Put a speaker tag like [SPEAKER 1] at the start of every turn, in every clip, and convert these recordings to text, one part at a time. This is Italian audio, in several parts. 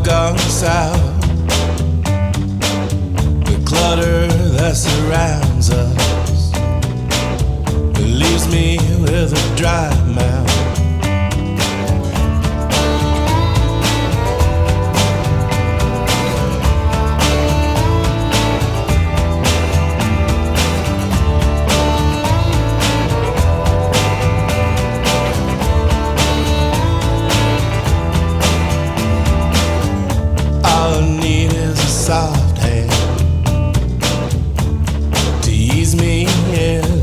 [SPEAKER 1] gone south. The clutter that surrounds us, it leaves me with a dry mouth. Soft hand to ease me in.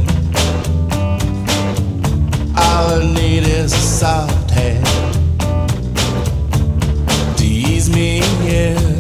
[SPEAKER 1] All I need is a soft hand to ease me in.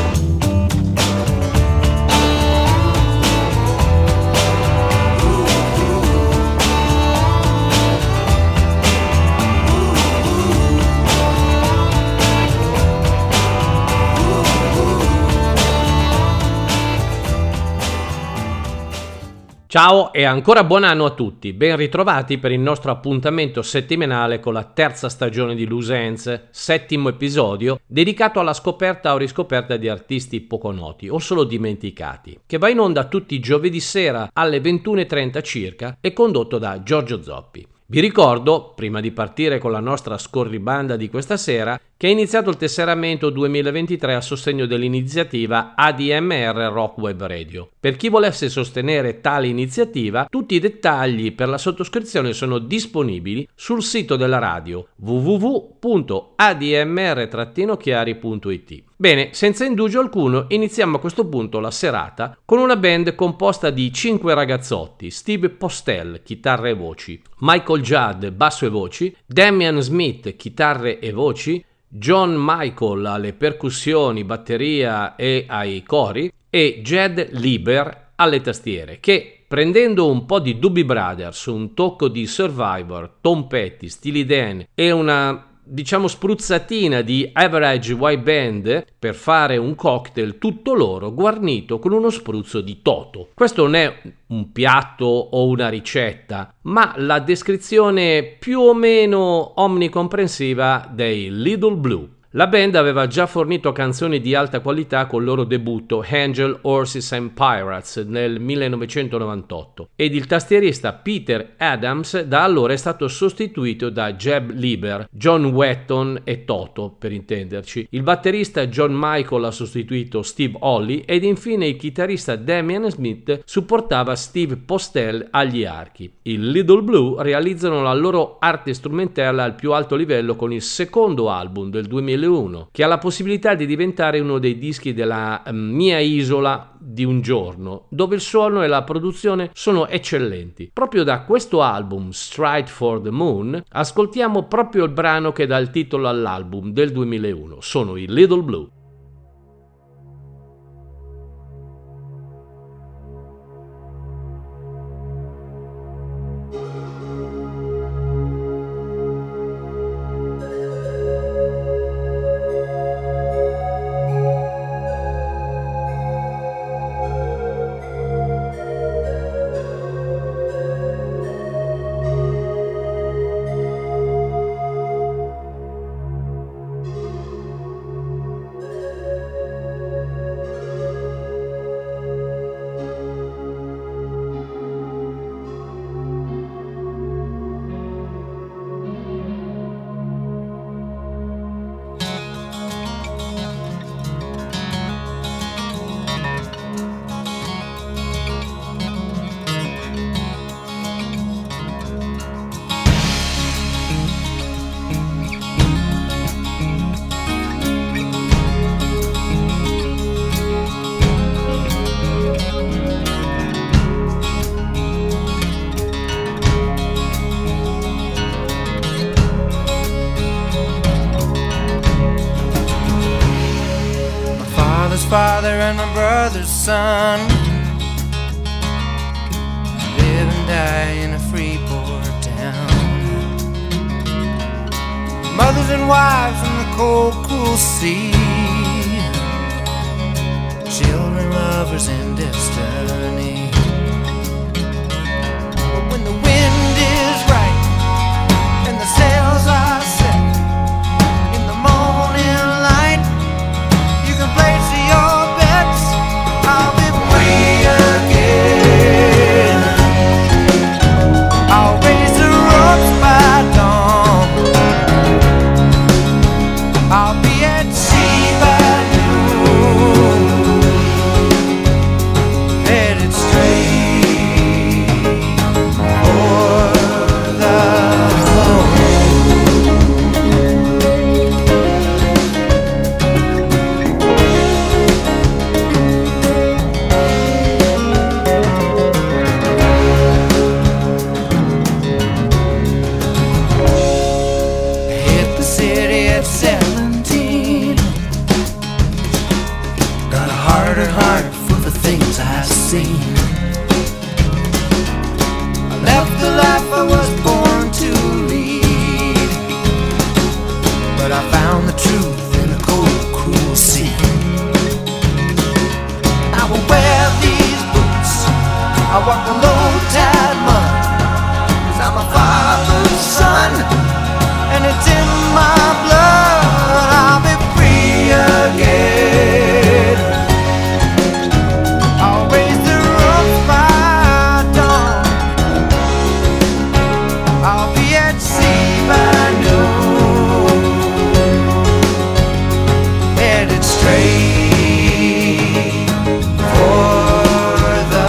[SPEAKER 2] Ciao e ancora buon anno a tutti, ben ritrovati per il nostro appuntamento settimanale con la terza stagione di Loose Ends, settimo episodio dedicato alla scoperta o riscoperta di artisti poco noti o solo dimenticati, che va in onda tutti i giovedì sera alle 21:30 circa e condotto da Giorgio Zoppi. Vi ricordo, prima di partire con la nostra scorribanda di questa sera, che è iniziato il tesseramento 2023 a sostegno dell'iniziativa ADMR Rock Web Radio. Per chi volesse sostenere tale iniziativa, tutti i dettagli per la sottoscrizione sono disponibili sul sito della radio www.admr-chiari.it. Bene, senza indugio alcuno, iniziamo a questo punto la serata con una band composta di 5 ragazzotti: Steve Postell, chitarre e voci, Michael Judd, basso e voci, Damian Smith, chitarre e voci, John Michael alle percussioni, batteria e ai cori e Jed Lieber alle tastiere, che prendendo un po' di Doobie Brothers, un tocco di Survivor, Tom Petty, Steely Dan e una spruzzatina di Average White Band per fare un cocktail tutto loro guarnito con uno spruzzo di Toto. Questo non è un piatto o una ricetta, ma la descrizione più o meno omnicomprensiva dei Little Blue. La band aveva già fornito canzoni di alta qualità col loro debutto Angel, Horses and Pirates nel 1998 ed il tastierista Peter Adams da allora è stato sostituito da Jeb Lieber, John Wetton e Toto per intenderci. Il batterista John Michael ha sostituito Steve Holley ed infine il chitarrista Damian Smith supportava Steve Postell agli archi. I Little Blue realizzano la loro arte strumentale al più alto livello con il secondo album del 2001 che ha la possibilità di diventare uno dei dischi della mia isola di un giorno, dove il suono e la produzione sono eccellenti. Proprio da questo album, Stride for the Moon, ascoltiamo proprio il brano che dà il titolo all'album del 2001. Sono i Little Blue.
[SPEAKER 3] Father and my brother's son live and die in a Freeport town. Mothers and wives in the cold, cruel sea, children, lovers, and destiny. But when the wind is right and the sails are set, in the morning light 17. Got a harder heart for the things I've seen. I left the life I was born to lead, but I found the truth in a cold, cruel sea. I will wear these boots, I walk the low-tide mud, 'cause I'm a father's son, and it's in my blood. I'll be free again. I'll raise the roof by dawn. I'll be at sea by noon, headed straight for the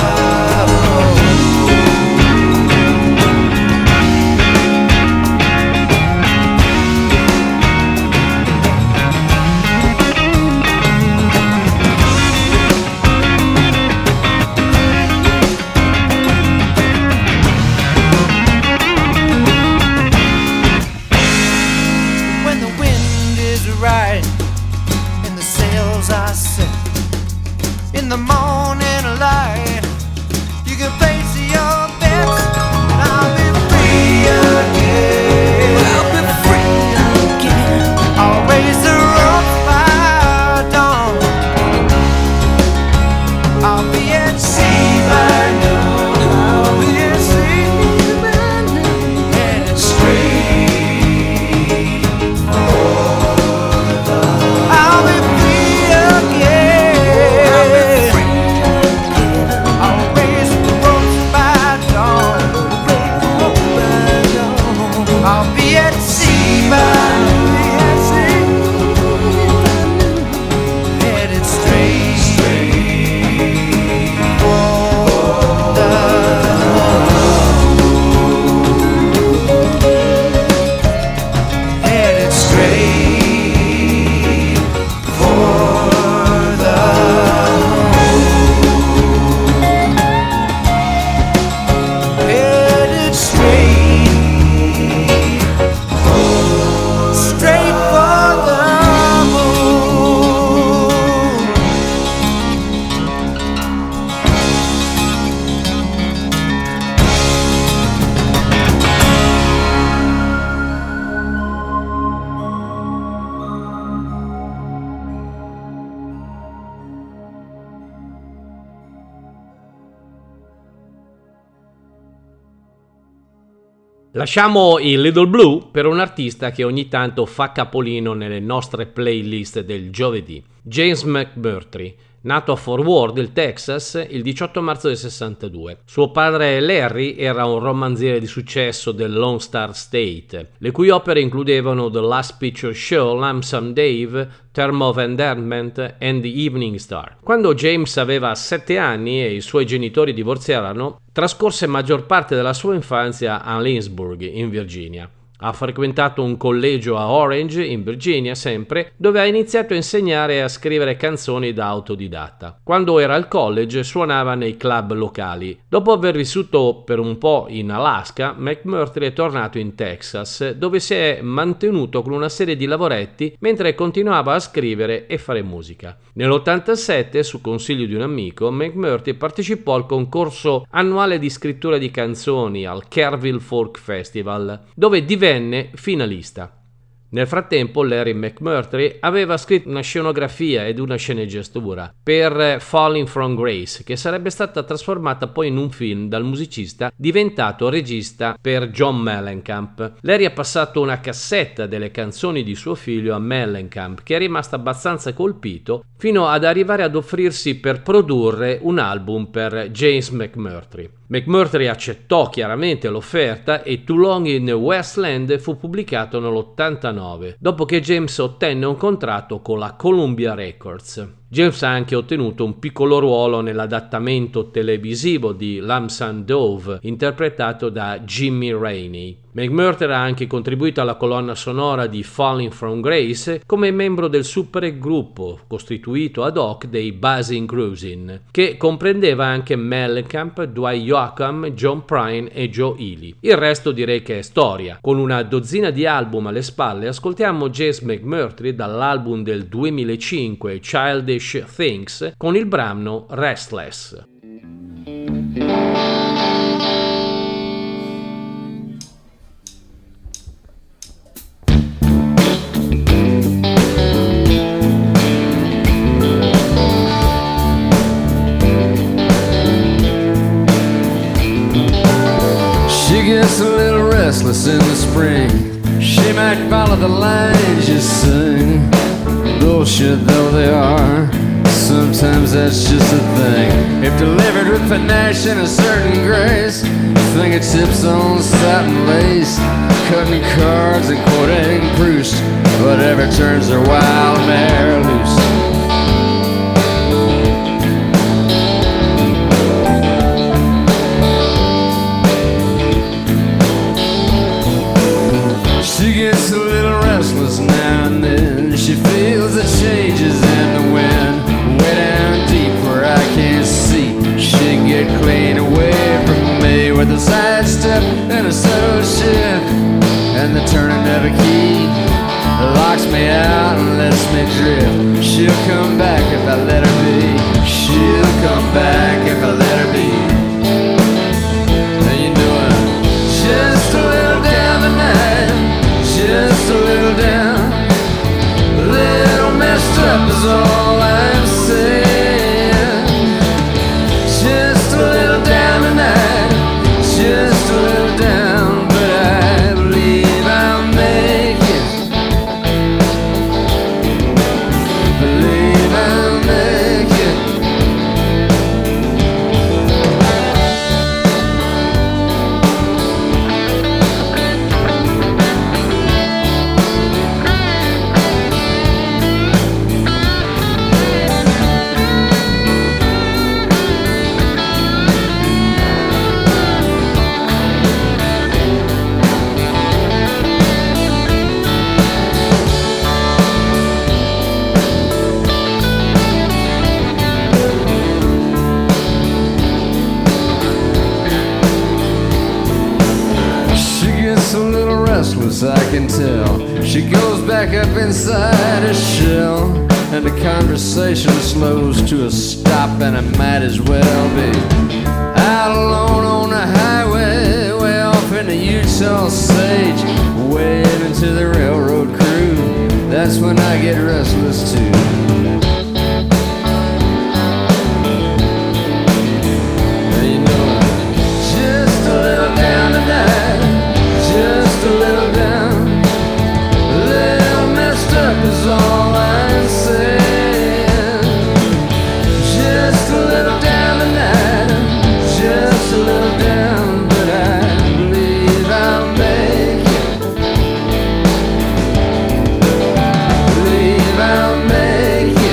[SPEAKER 3] when the wind is right and the sails are set. In the morning light, you can place your bets, and I'll be free again. I'll be free again. I'll raise the roof by dawn. I'll be at sea by noon. I'll be at sea by noon. Headed straight for the. I'll be free again. I'll be free again. I'll raise the roof by dawn. I'll be at sea by noon. Headed straight for the. Headed straight for the. Headed straight for the moon.
[SPEAKER 2] Lasciamo il Little Blue per un artista che ogni tanto fa capolino nelle nostre playlist del giovedì, James McMurtry. Nato a Fort Worth, il Texas, il 18 marzo del 62. Suo padre Larry era un romanziere di successo del Lone Star State, le cui opere includevano The Last Picture Show, Lonesome Dave, Term of Endearment and The Evening Star. Quando James aveva 7 anni e i suoi genitori divorziarono, trascorse maggior parte della sua infanzia a Lynchburg, in Virginia. Ha frequentato un collegio a Orange, in Virginia sempre, dove ha iniziato a insegnare e a scrivere canzoni da autodidatta. Quando era al college suonava nei club locali. Dopo aver vissuto per un po' in Alaska, McMurtry è tornato in Texas, dove si è mantenuto con una serie di lavoretti mentre continuava a scrivere e fare musica. Nell'87, su consiglio di un amico, McMurtry partecipò al concorso annuale di scrittura di canzoni al Kerrville Folk Festival, dove divenne finalista. Nel frattempo Larry McMurtry aveva scritto una scenografia ed una sceneggiatura per Falling from Grace, che sarebbe stata trasformata poi in un film dal musicista diventato regista per John Mellencamp. Larry ha passato una cassetta delle canzoni di suo figlio a Mellencamp, che è rimasto abbastanza colpito fino ad arrivare ad offrirsi per produrre un album per James McMurtry. McMurtry accettò chiaramente l'offerta e Too Long in the Westland fu pubblicato nell'89, dopo che James ottenne un contratto con la Columbia Records. James ha anche ottenuto un piccolo ruolo nell'adattamento televisivo di Lambs and Dove, interpretato da Jimmy Rainey. McMurtry ha anche contribuito alla colonna sonora di Falling from Grace come membro del supergruppo costituito ad hoc dei Buzzing Cruising, che comprendeva anche Mellencamp, Dwight Yoakam, John Prine e Joe Ely. Il resto direi che è storia. Con una dozzina di album alle spalle ascoltiamo James McMurtry dall'album del 2005 Childish Things con il brano Restless.
[SPEAKER 4] Gets a little restless in the spring. She might follow the lines you sing. Bullshit though they are, sometimes that's just a thing. If delivered with panache and a certain grace, fingertips on satin lace, cutting cards and quoting Proust, whatever turns their wild mare loose. She gets a little restless now and then. She feels the changes in the wind, way down deep where I can't see. She can get clean away from me with a sidestep and a subtle shift, and the turning of a key locks me out and lets me drift. She'll come back if I let her be. She'll come back if I let her be. And you know I'm just a little down tonight. Just a little down, a little messed up is all I'm saying. Just a little down tonight, just a little down, but I believe I'll make it. Believe I'll make it. I can tell she goes back up inside her shell, and the conversation slows to a stop, and it might as well be out alone on the highway, way off in the Utah sage, waving to the railroad crew. That's when I get restless too. Just a little down, a little messed up is all I'm saying. Just a little down tonight, just a little down, but I believe I'll make it. Believe I'll make it.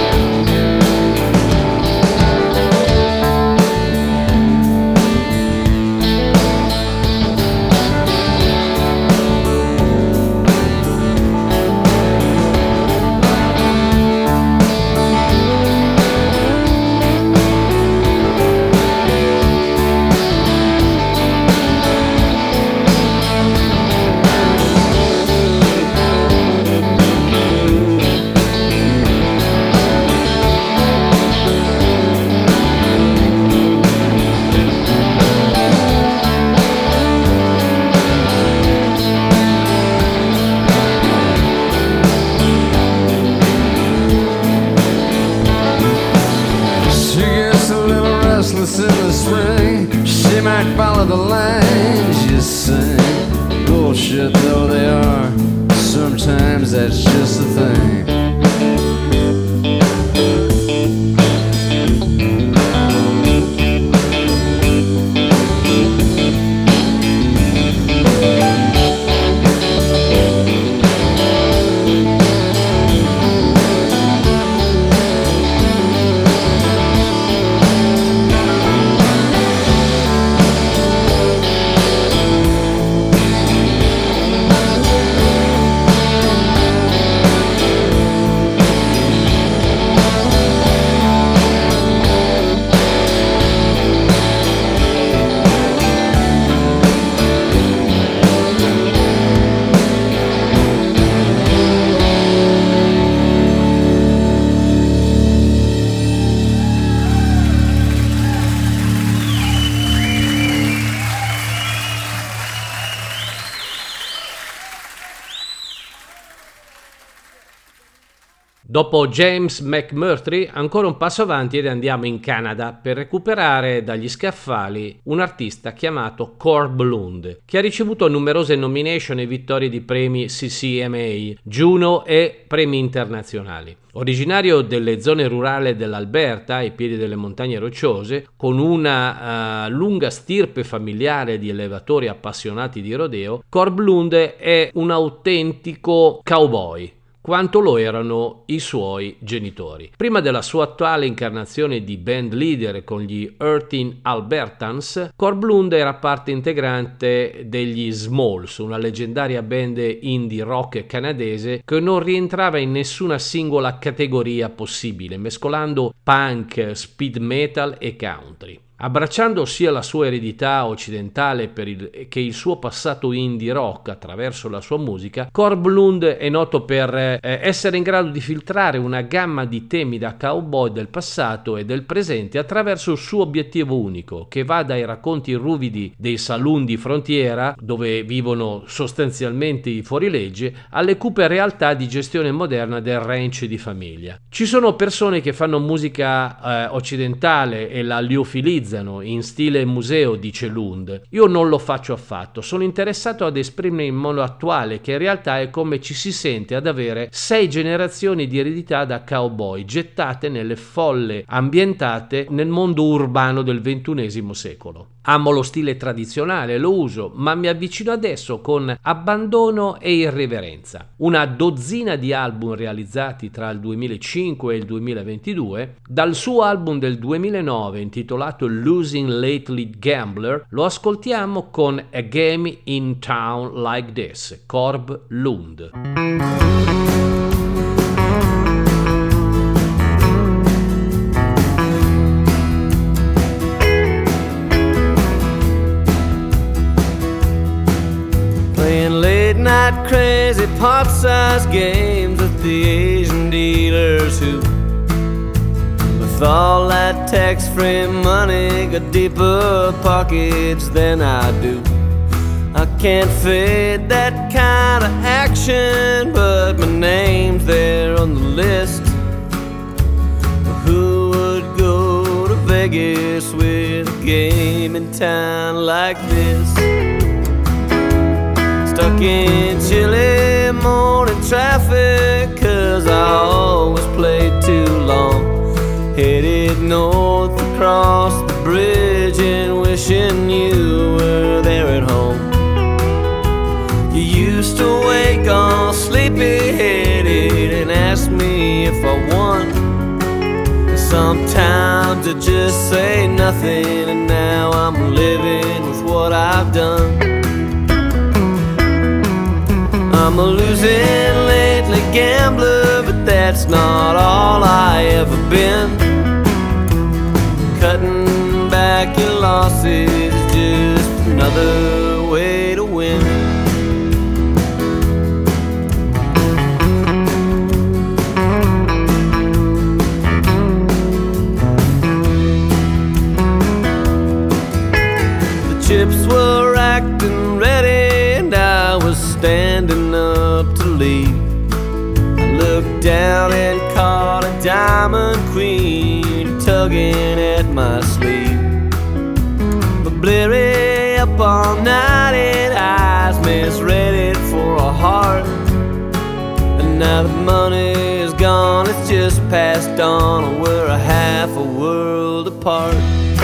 [SPEAKER 4] In the spring, she might follow the lines you sing. Bullshit though they are, sometimes that's just the thing.
[SPEAKER 2] Dopo James McMurtry, ancora un passo avanti ed andiamo in Canada per recuperare dagli scaffali un artista chiamato Corb Lund, che ha ricevuto numerose nomination e vittorie di premi CCMA, Juno e premi internazionali. Originario delle zone rurali dell'Alberta, ai piedi delle montagne rocciose, con una lunga stirpe familiare di allevatori appassionati di rodeo, Corb Lund è un autentico cowboy, quanto lo erano i suoi genitori. Prima della sua attuale incarnazione di band leader con gli Earthin Albertans, Corb Lund era parte integrante degli Smalls, una leggendaria band indie rock canadese che non rientrava in nessuna singola categoria possibile, mescolando punk, speed metal e country. Abbracciando sia la sua eredità occidentale che il suo passato indie rock attraverso la sua musica, Corb Lund è noto per essere in grado di filtrare una gamma di temi da cowboy del passato e del presente attraverso il suo obiettivo unico, che va dai racconti ruvidi dei saloon di frontiera, dove vivono sostanzialmente i fuorilegge, alle cupe realtà di gestione moderna del ranch di famiglia. Ci sono persone che fanno musica occidentale e la liofilizzano in stile museo, dice Lund. Io non lo faccio affatto, sono interessato ad esprimere in modo attuale, che in realtà è come ci si sente ad avere 6 generazioni di eredità da cowboy gettate nelle folle ambientate nel mondo urbano del XXI secolo. Amo lo stile tradizionale, lo uso, ma mi avvicino adesso con abbandono e irriverenza. Una dozzina di album realizzati tra il 2005 e il 2022, dal suo album del 2009 intitolato Losing Lately Gambler, lo ascoltiamo con A Game in Town Like This, Corb Lund.
[SPEAKER 5] Night crazy pot-sized games with the Asian dealers who, with all that tax-free money, got deeper pockets than I do. I can't fade that kind of action, but my name's there on the list. Who would go to Vegas with a game in town like this? Stuck in chilly morning traffic, 'cause I always played too long. Headed north across the bridge and wishing you were there at home. You used to wake all sleepy-headed and ask me if I won. Sometimes I just say nothing, and now I'm living with what I've done. I'm a losing lately gambler, but that's not all I ever been. Cutting back your losses is just another way to win. The chips were racked and ready, and I was standing up to leave. I looked down and caught a diamond queen tugging at my sleeve. But bleary up all night and eyes misread it for a heart. And now the money is gone, it's just passed on. We're a half a world apart.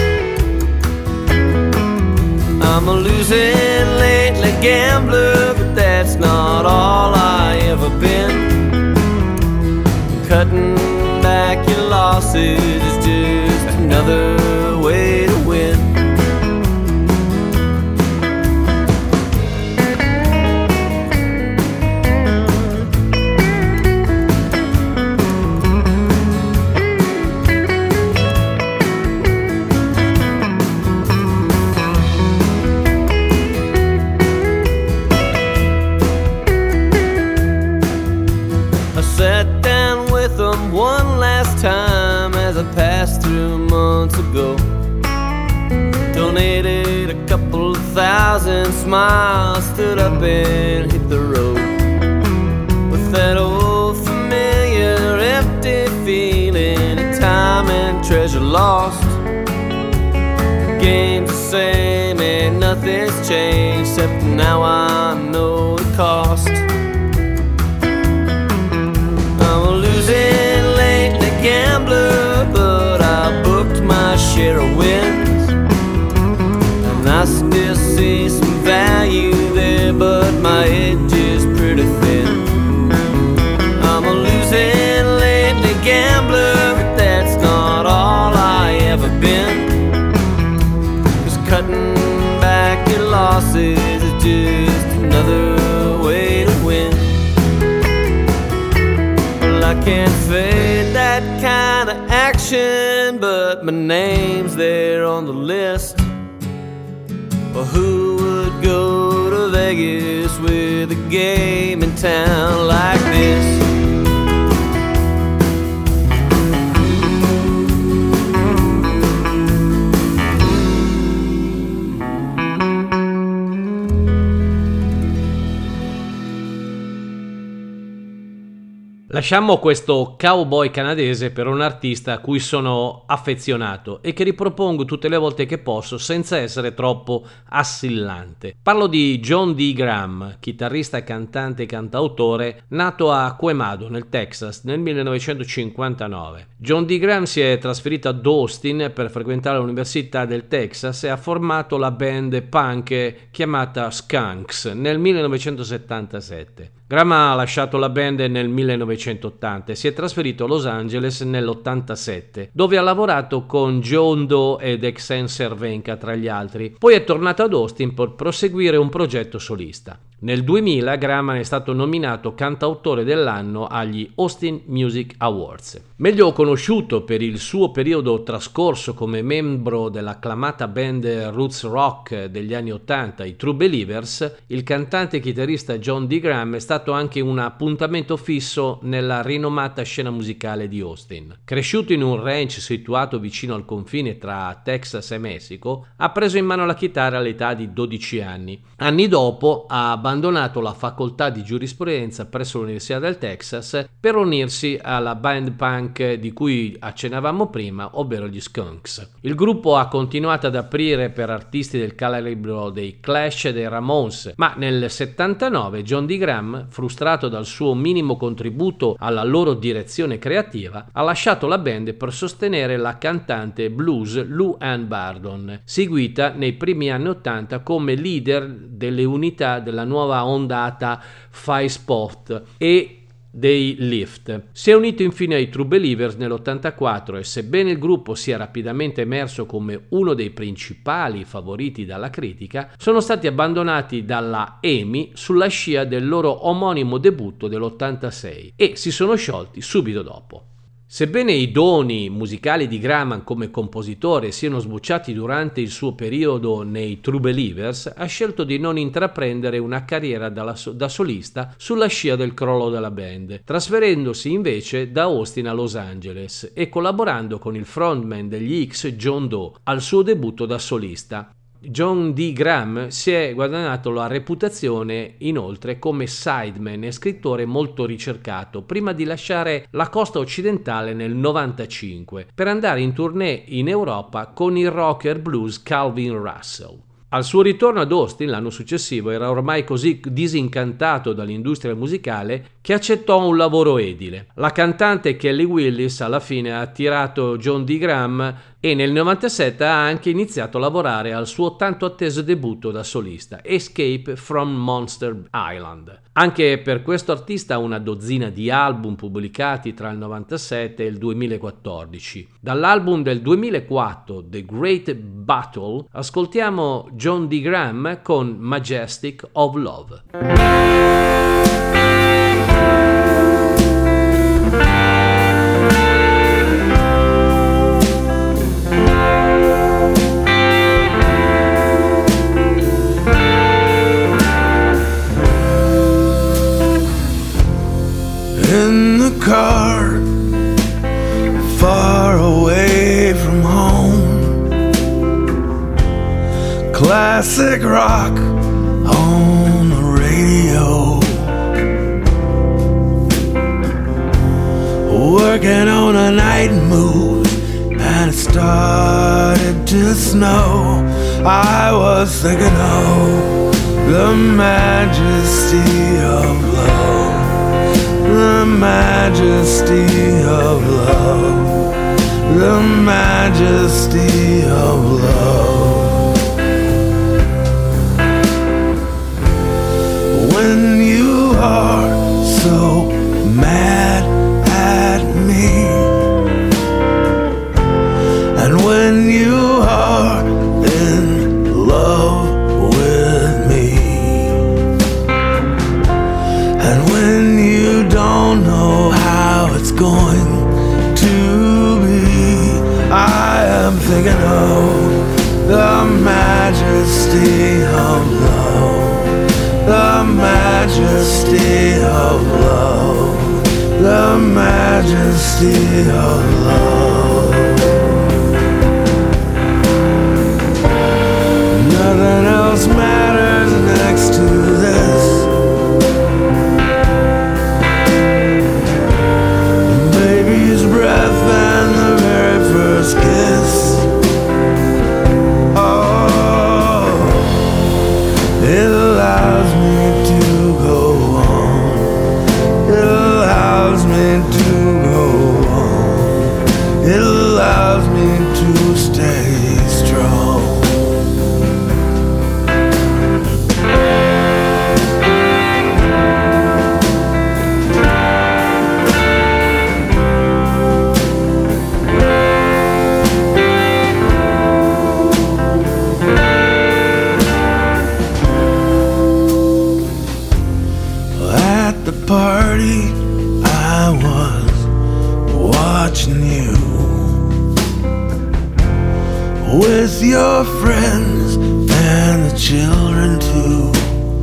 [SPEAKER 5] I'm a losing lately gambler, but that's not all I ever been. Cutting back your losses is just another way to win. One last time as I passed through months ago. Donated a couple of thousand, smiles, stood up and hit the road. With that old familiar same, and nothing's changed, except now I know the cost. I'm a losing lately gambler, but I booked my share of wins, and I still see some value there, but my edge is pretty thin. I'm a losing lately gambler, but that's not all I ever been. Cutting back your losses is just another way to win. Well, I can't fade that kind of action, but my name's there on the list. Well, who would go to Vegas with a game in town like this?
[SPEAKER 2] Lasciamo questo cowboy canadese per un artista a cui sono affezionato e che ripropongo tutte le volte che posso senza essere troppo assillante. Parlo di John D. Graham, chitarrista, cantante e cantautore, nato a Quemado, nel Texas, nel 1959. John D. Graham si è trasferito ad Austin per frequentare l'Università del Texas e ha formato la band punk chiamata Skunks nel 1977. Graham ha lasciato la band nel 1980 e si è trasferito a Los Angeles nell'87, dove ha lavorato con John Doe ed Exen Cervenka tra gli altri. Poi è tornato ad Austin per proseguire un progetto solista. Nel 2000 Graham è stato nominato cantautore dell'anno agli Austin Music Awards. Meglio conosciuto per il suo periodo trascorso come membro dell'acclamata band roots rock degli anni 80, i True Believers, il cantante e chitarrista John D. Graham è stato anche un appuntamento fisso nella rinomata scena musicale di Austin. Cresciuto in un ranch situato vicino al confine tra Texas e Messico, ha preso in mano la chitarra all'età di 12 anni. Anni dopo ha abbandonato la facoltà di giurisprudenza presso l'Università del Texas per unirsi alla band punk di cui accennavamo prima, ovvero gli Skunks. Il gruppo ha continuato ad aprire per artisti del calibro dei Clash e dei Ramones, ma nel 79 John D. Graham, frustrato dal suo minimo contributo alla loro direzione creativa, ha lasciato la band per sostenere la cantante blues Lou Ann Burdon, seguita nei primi anni 80 come leader delle unità della nuova ondata Five Spot e dei Lift. Si è unito infine ai True Believers nell'84 e sebbene il gruppo sia rapidamente emerso come uno dei principali favoriti dalla critica, sono stati abbandonati dalla EMI sulla scia del loro omonimo debutto dell'86 e si sono sciolti subito dopo. Sebbene i doni musicali di Graham come compositore siano sbocciati durante il suo periodo nei True Believers, ha scelto di non intraprendere una carriera da solista sulla scia del crollo della band, trasferendosi invece da Austin a Los Angeles e collaborando con il frontman degli X John Doe al suo debutto da solista. John D. Graham si è guadagnato la reputazione inoltre come sideman e scrittore molto ricercato prima di lasciare la costa occidentale nel 95 per andare in tournée in Europa con il rocker blues Calvin Russell. Al suo ritorno ad Austin l'anno successivo era ormai così disincantato dall'industria musicale che accettò un lavoro edile. La cantante Kelly Willis alla fine ha attirato John D. Graham e nel 97 ha anche iniziato a lavorare al suo tanto atteso debutto da solista, Escape from Monster Island. Anche per questo artista una dozzina di album pubblicati tra il 97 e il 2014. Dall'album del 2004, The Great Battle, ascoltiamo John D. Graham con Majestic of Love.
[SPEAKER 1] In the car, far away from home, classic rock on the radio, working on a night move, and it started just know I was thinking of the majesty of love, the majesty of love, the majesty of love. When you are so mad at me, and when you are in love with me, and when you don't know how it's going to be, I am thinking of the majesty of love, the majesty of love, the majesty of love. Nothing else matters next to this. Baby's breath and the very first kiss. Oh, it allows me to go on. It allows me to go on. It allows me to stay strong. Party, I was watching you with your friends and the children too,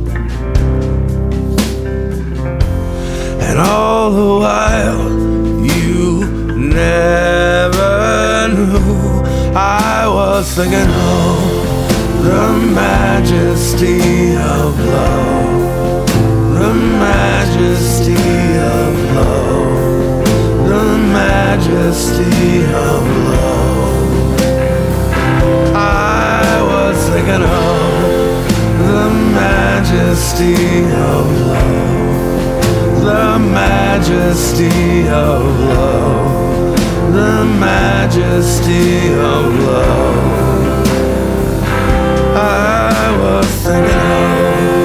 [SPEAKER 1] and all the while you never knew I was thinking of the majesty of love, the majesty of love, the majesty of love. I was thinking of the majesty of love, the majesty of love, the majesty of love. I was thinking of.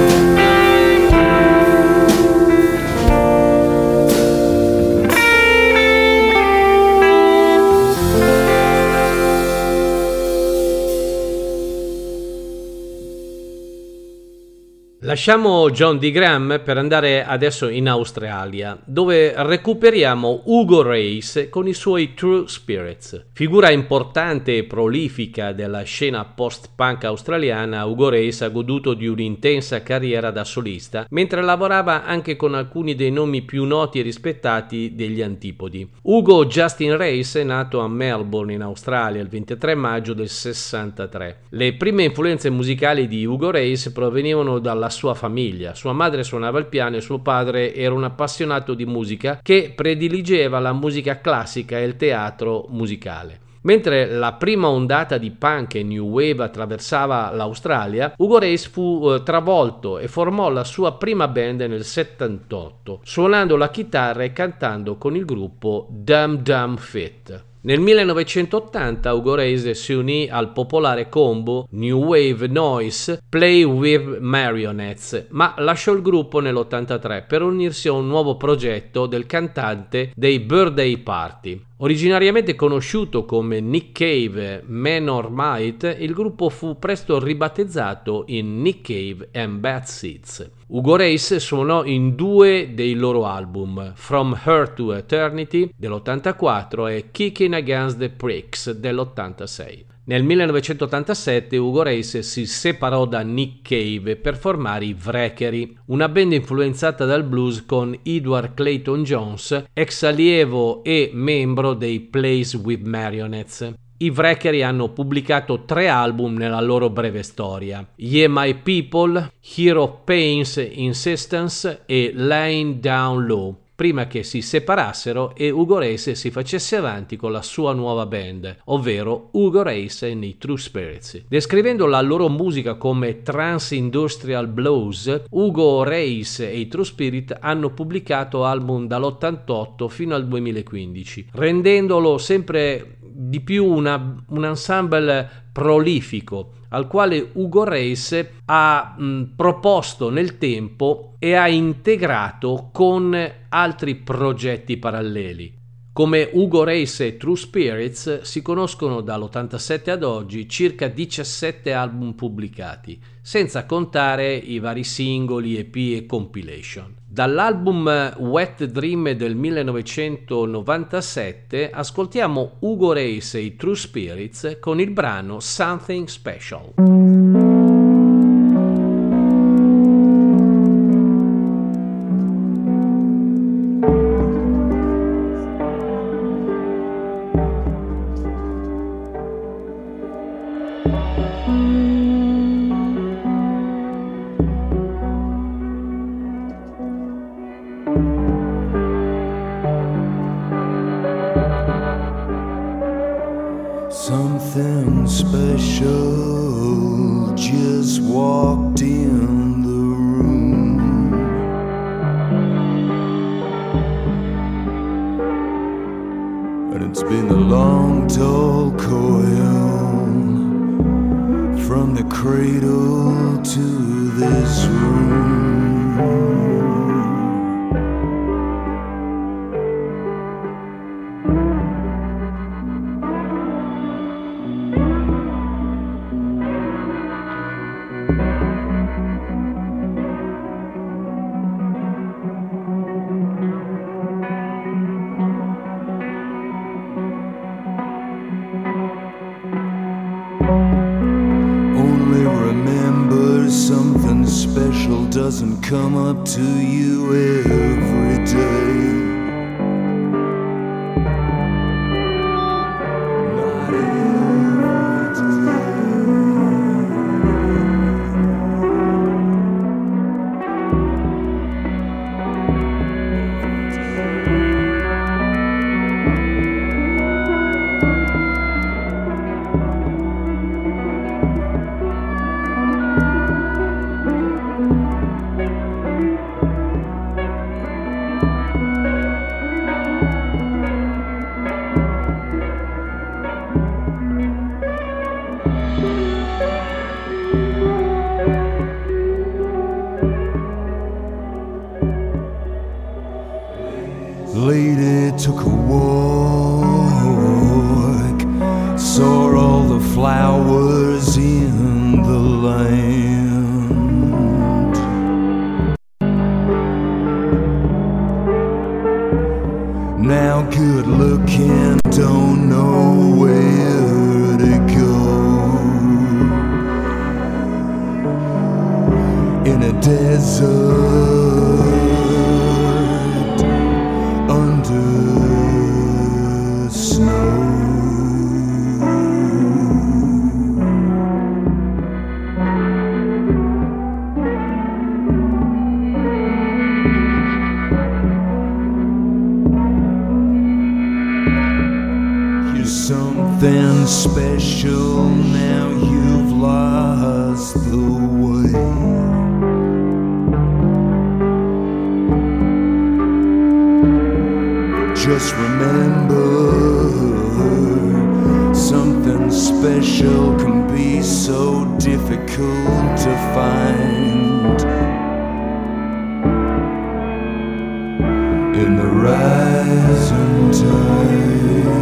[SPEAKER 2] Lasciamo John D. Graham per andare adesso in Australia, dove recuperiamo Hugo Race con i suoi True Spirits. Figura importante e prolifica della scena post-punk australiana, Hugo Race ha goduto di un'intensa carriera da solista, mentre lavorava anche con alcuni dei nomi più noti e rispettati degli antipodi. Hugo Justin Race è nato a Melbourne, in Australia, il 23 maggio del 63. Le prime influenze musicali di Hugo Race provenivano dalla sua famiglia. Sua madre suonava il piano e suo padre era un appassionato di musica che prediligeva la musica classica e il teatro musicale. Mentre la prima ondata di punk e new wave attraversava l'Australia, Hugo Race fu travolto e formò la sua prima band nel 78, suonando la chitarra e cantando con il gruppo Dum Dum Fit. Nel 1980 Hugo Race si unì al popolare combo New Wave Noise Play with Marionettes, ma lasciò il gruppo nell'83 per unirsi a un nuovo progetto del cantante dei Birthday Party. Originariamente conosciuto come Nick Cave Manor Might, il gruppo fu presto ribattezzato in Nick Cave and Bad Seeds. Hugo Race suonò in due dei loro album, From Her to Eternity dell'84 e Kicking Against the Pricks dell'86. Nel 1987 Hugo Race si separò da Nick Cave per formare i Wreckery, una band influenzata dal blues con Edward Clayton Jones, ex allievo e membro dei Plays with Marionettes. I Wreckery hanno pubblicato 3 album nella loro breve storia: Yeah My People, Hero Pain's Insistence e Laying Down Low. prima che si separassero e Hugo Reis si facesse avanti con la sua nuova band, ovvero Hugo Reis and i True Spirits. Descrivendo la loro musica come trance industrial blues, Hugo Reis e i True Spirit hanno pubblicato album dall'88 fino al 2015, rendendolo sempre di più un ensemble prolifico al quale Hugo Reis ha proposto nel tempo e ha integrato con altri progetti paralleli. Come Hugo Reis e True Spirits si conoscono dall'87 ad oggi circa 17 album pubblicati, senza contare i vari singoli, EP e compilation. Dall'album Wet Dream del 1997 ascoltiamo Hugo Reis e i True Spirits con il brano Something Special.
[SPEAKER 1] Something special just walked in the room. And it's been a long, tall coil from the cradle to this room. Something special doesn't come up to you every day. Not every Lady took a walk, saw all the flowers in the land. Now good looking, don't know where to go. In a desert snow. You're something special, now you've lost the way. Just remember, something special can be so difficult to find. In the rising tide.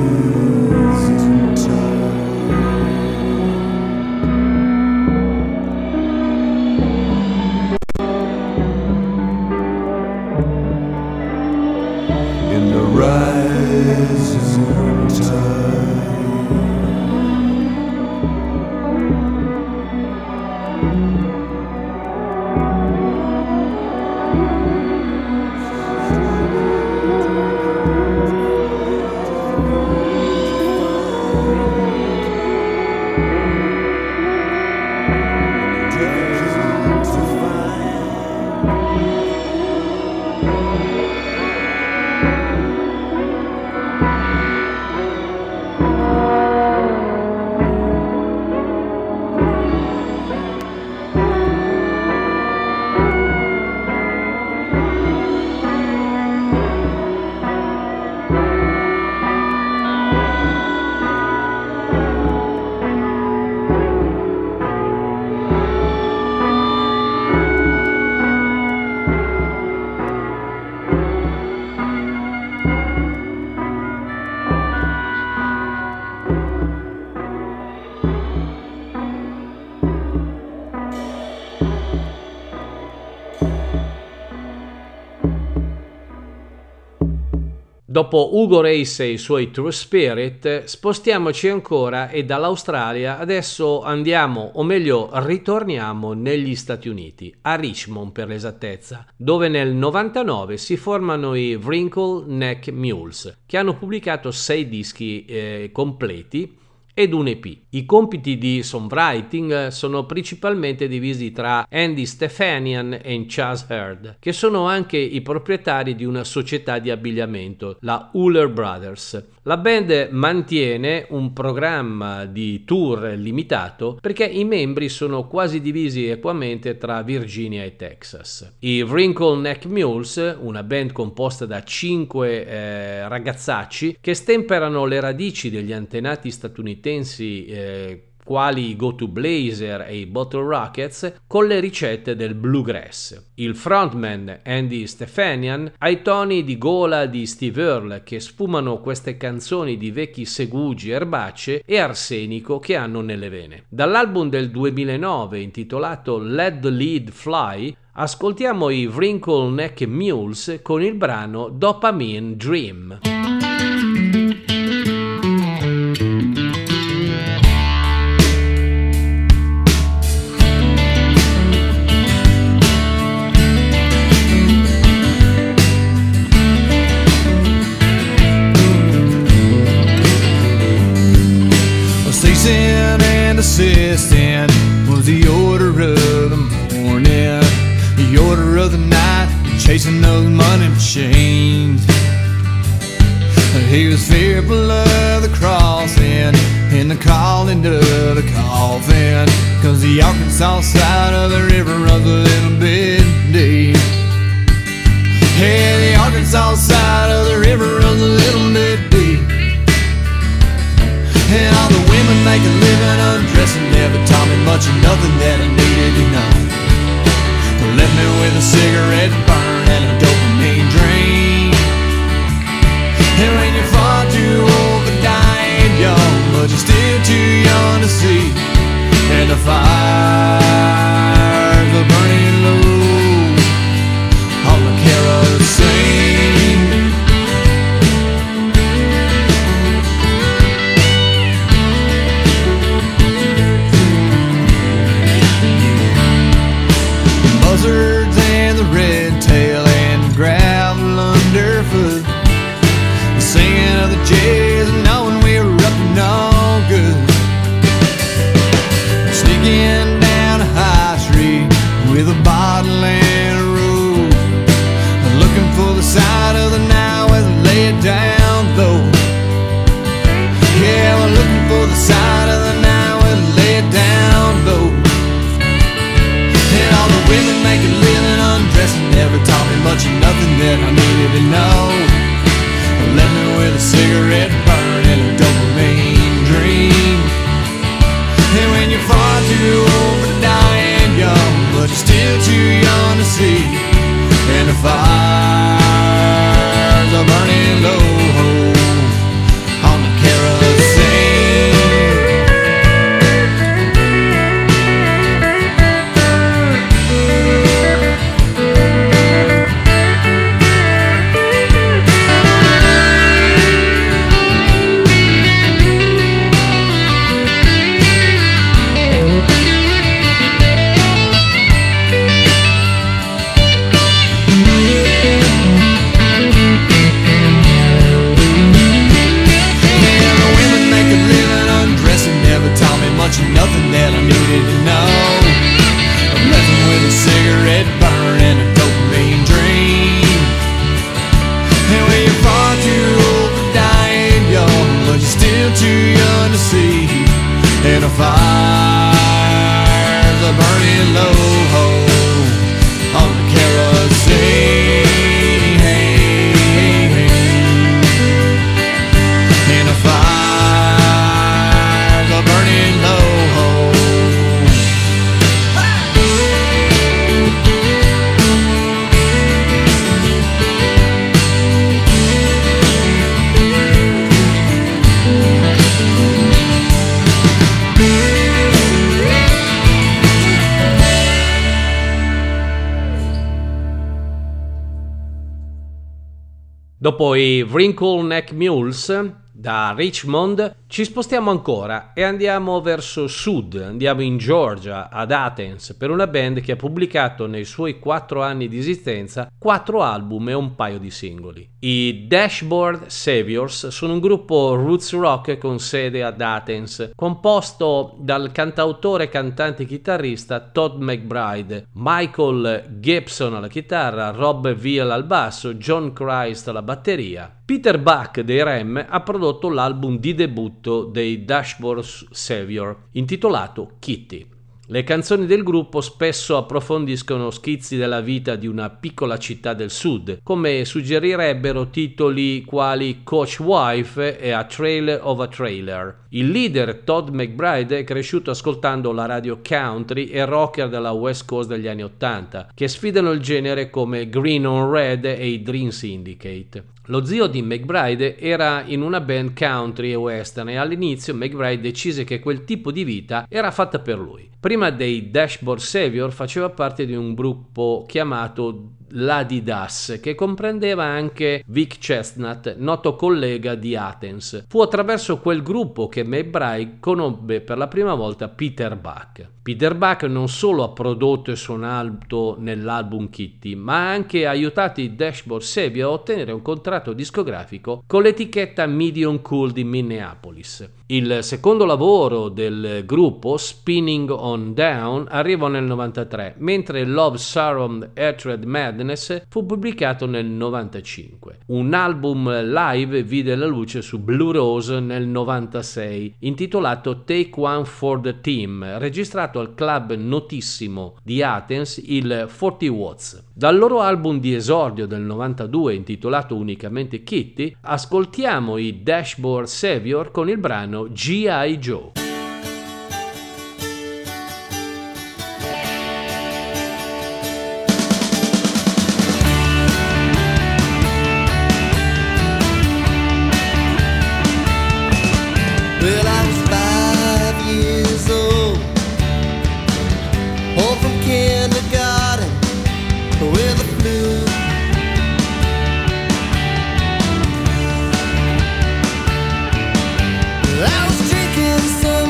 [SPEAKER 2] Dopo Hugo Race e i suoi True Spirit, spostiamoci ancora e dall'Australia adesso andiamo, o meglio ritorniamo negli Stati Uniti, a Richmond per l'esattezza, dove nel 99 si formano i Wrinkle Neck Mules, che hanno pubblicato 6 dischi completi ed un EP. I compiti di songwriting sono principalmente divisi tra Andy Stefanian e Chas Heard, che sono anche i proprietari di una società di abbigliamento, la Huller Brothers. La band mantiene un programma di tour limitato perché i membri sono quasi divisi equamente tra Virginia e Texas. I Wrinkle Neck Mules, una band composta da 5 ragazzacci che stemperano le radici degli antenati statunitensi quali i Go To Blazer e i Bottle Rockets con le ricette del bluegrass. Il frontman Andy Stefanian ha i toni di gola di Steve Earle che sfumano queste canzoni di vecchi segugi, erbacce e arsenico che hanno nelle vene. Dall'album del 2009 intitolato Let the Lead Fly ascoltiamo i Wrinkle Neck Mules con il brano Dopamine Dream.
[SPEAKER 4] Assistant was the order of the morning, the order of the night, chasing those money machines. He was fearful of the crossing and the calling to the coffin, 'cause the Arkansas side of the river runs a little bit deep. Hey, the Arkansas side of the river runs a little bit deep. And all the women make a living undressing never taught me much of nothing that I needed to know. Left me with a cigarette burn and a dopamine dream. And when you're far too old for dying young, but you're still too young to see, and the fires are burning low on the kerosene. Buzzards and the red tail and gravel underfoot, the singing of the jays and knowing we were up to no good. Sneaking down a high street with a bottle and a rope, looking for the side of the night where they lay it down though. Yeah, we're looking for the side of the night where they lay it down though. And all the women make a living undressing never taught me much of nothing that I needed to know. Left me with a cigarette burn and a dopamine dream. And when you're far too old for dying young, but you're still too young to see, and the fires are burning low on the kerosene. Nothing that I needed to know. I'm left with a cigarette burn and a dopamine dream. And when you're far too old for dying young, but you're still too young to see, and the fires are burning low on the kerosene. And the fires are burning low.
[SPEAKER 2] Dopo i Wrinkle Neck Mules, da Richmond ci spostiamo ancora e andiamo verso sud, andiamo in Georgia, ad Athens, per una band che ha pubblicato nei suoi 4 anni di esistenza 4 album e un paio di singoli. I Dashboard Saviors sono un gruppo roots rock con sede ad Athens, composto dal cantautore, cantante e chitarrista Todd McBride, Michael Gibson alla chitarra, Rob Veal al basso, John Christ alla batteria. Peter Buck dei Rem ha prodotto l'album di debutto dei Dashboard Savior, intitolato Kitty. Le canzoni del gruppo spesso approfondiscono schizzi della vita di una piccola città del sud, come suggerirebbero titoli quali Coach Wife e A Trail of a Trailer. Il leader Todd McBride è cresciuto ascoltando la radio country e rocker della West Coast degli anni 80, che sfidano il genere come Green on Red e i Dream Syndicate. Lo zio di McBride era in una band country e western e all'inizio McBride decise che quel tipo di vita era fatta per lui. Prima dei Dashboard Savior faceva parte di un gruppo chiamato l'Adidas, che comprendeva anche Vic Chestnut, noto collega di Athens. Fu attraverso quel gruppo che McBride conobbe per la prima volta Peter Buck. Peter Buck non solo ha prodotto e suonato nell'album Kitty, ma ha anche aiutato i Dashboard Savior a ottenere un contratto discografico con l'etichetta Medium Cool di Minneapolis. Il secondo lavoro del gruppo, Spinning on Down, arrivò nel 93, mentre Love, Sorrow, Hatred, Madness fu pubblicato nel 95. Un album live vide la luce su Blue Rose nel 96, intitolato Take One for the Team, registrato al club notissimo di Athens, il 40 Watts. Dal loro album di esordio del 92, intitolato unicamente Kitty, ascoltiamo i Dashboard Savior con il brano G.I. Joe.
[SPEAKER 3] Well, I was 5 years old, home from kindergarten with the flu. I was drinking some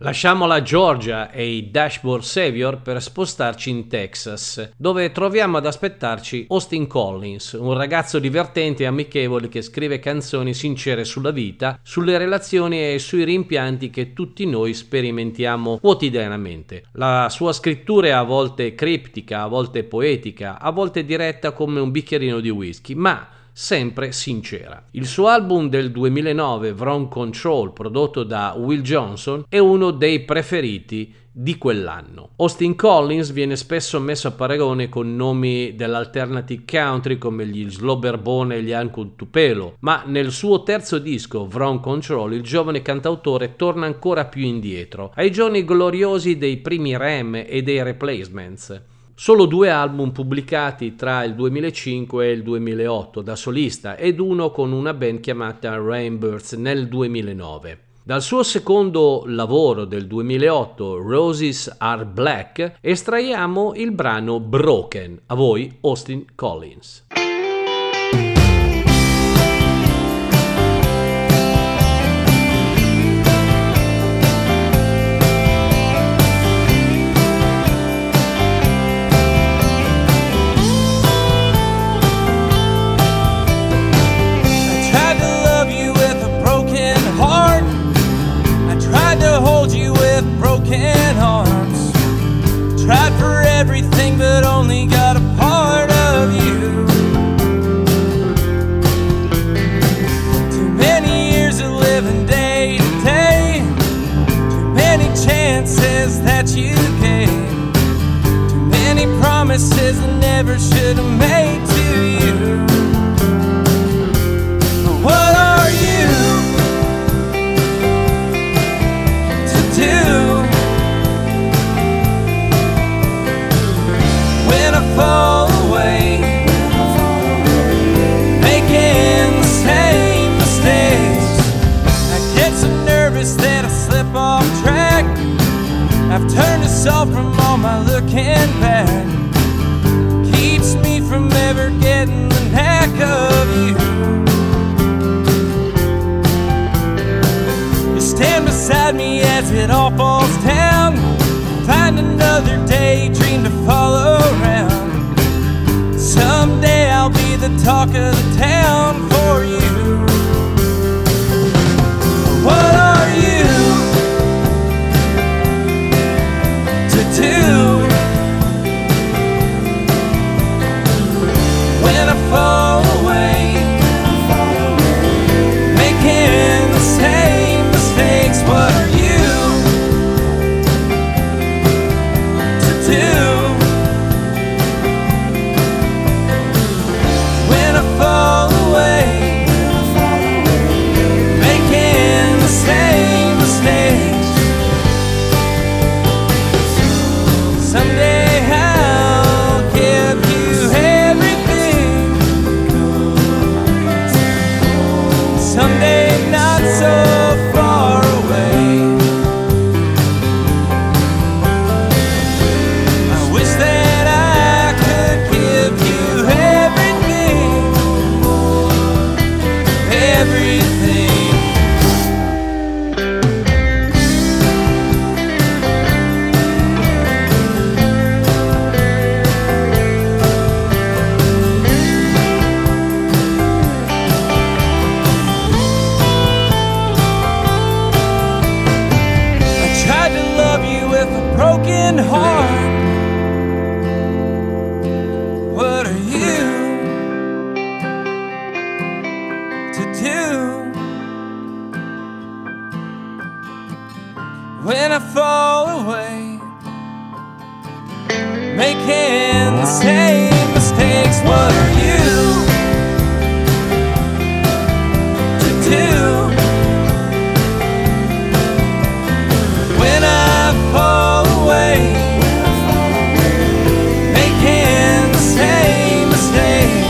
[SPEAKER 2] Lasciamo la Georgia e i Dashboard Savior per spostarci in Texas, dove troviamo ad aspettarci Austin Collins, un ragazzo divertente e amichevole che scrive canzoni sincere sulla vita, sulle relazioni e sui rimpianti che tutti noi sperimentiamo quotidianamente. La sua scrittura è a volte criptica, a volte poetica, a volte diretta come un bicchierino di whisky, ma sempre sincera. Il suo album del 2009, Wrong Control, prodotto da Will Johnson, è uno dei preferiti di quell'anno. Austin Collins viene spesso messo a paragone con nomi dell'alternative country come gli Slobberbone e gli Uncle Tupelo, ma nel suo terzo disco, Wrong Control, il giovane cantautore torna ancora più indietro, ai giorni gloriosi dei primi Rem e dei Replacements. Solo 2 album pubblicati tra il 2005 e il 2008 da solista ed uno con una band chiamata Rainbirds nel 2009. Dal suo secondo lavoro del 2008, Roses Are Black, estraiamo il brano Broken. A voi Austin Collins.
[SPEAKER 3] Broken arms, tried for everything but only got a part of you. Too many years of living day to day, too many chances that you gave, too many promises I never should have made to you. But what are you to do when I fall away, making the same mistakes? I get so nervous that I slip off track. I've turned aside from all my looking back, keeps me from ever getting the knack of you. You stand beside me as it all falls down, find another daydream to follow around. Someday I'll be the talk of the town for you. What are you to do when I fall away, making the same mistakes? What are you to do when I fall away, making the same mistakes? Someday I'll give you everything, someday not so far away. I wish that I could give you everything, everything. I tried to love you with a broken heart. What are you to do when I fall away, making the same mistakes? What are you to do when I fall away, making the same mistakes?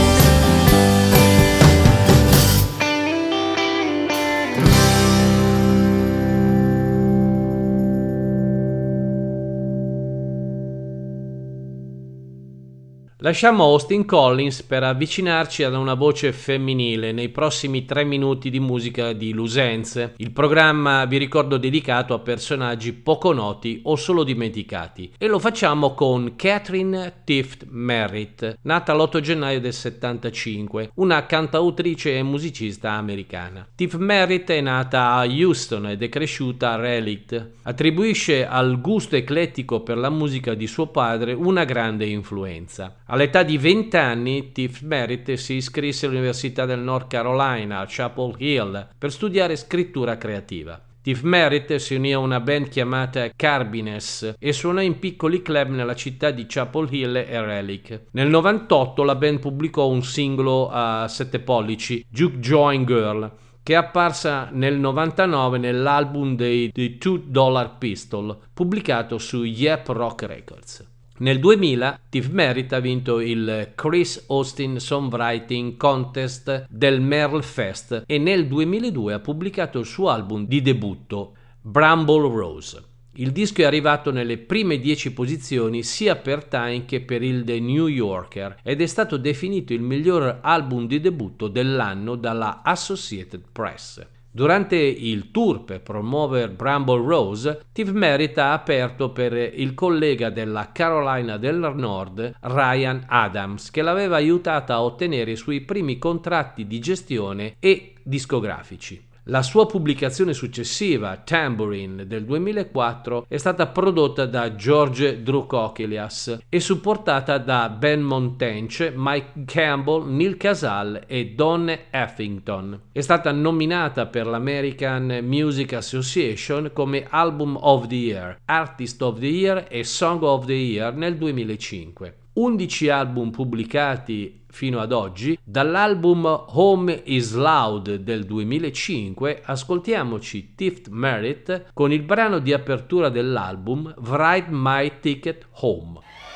[SPEAKER 2] Lasciamo Austin Collins per avvicinarci ad una voce femminile nei prossimi 3 minuti di musica di Lucenze, il programma, vi ricordo, dedicato a personaggi poco noti o solo dimenticati, e lo facciamo con Catherine Tift Merritt, nata l'8 gennaio del 75, una cantautrice e musicista americana. Tift Merritt è nata a Houston ed è cresciuta a Raleigh. Attribuisce al gusto eclettico per la musica di suo padre una grande influenza. All'età di 20 anni, Tift Merritt si iscrisse all'Università del North Carolina a Chapel Hill per studiare scrittura creativa. Tift Merritt si unì a una band chiamata Carbines e suonò in piccoli club nella città di Chapel Hill e Raleigh. Nel 98 la band pubblicò un singolo a 7 pollici, Juke Joint Girl, che è apparsa nel 99 nell'album dei $2 Pistol, pubblicato su Yep Rock Records. Nel 2000 Tift Merritt ha vinto il Chris Austin Songwriting Contest del Merle Fest e nel 2002 ha pubblicato il suo album di debutto, Bramble Rose. Il disco è arrivato nelle prime 10 posizioni sia per Time che per il The New Yorker ed è stato definito il miglior album di debutto dell'anno dalla Associated Press. Durante il tour per promuovere Bramble Rose, Tift Merritt ha aperto per il collega della Carolina del Nord, Ryan Adams, che l'aveva aiutata a ottenere i suoi primi contratti di gestione e discografici. La sua pubblicazione successiva, Tambourine, del 2004, è stata prodotta da George Droukokilas e supportata da Ben Montench, Mike Campbell, Neil Casal e Don Effington. È stata nominata per l'American Music Association come Album of the Year, Artist of the Year e Song of the Year nel 2005. 11 album pubblicati fino ad oggi. Dall'album Home is Loud del 2005 ascoltiamoci Tift Merritt con il brano di apertura dell'album Write My Ticket Home.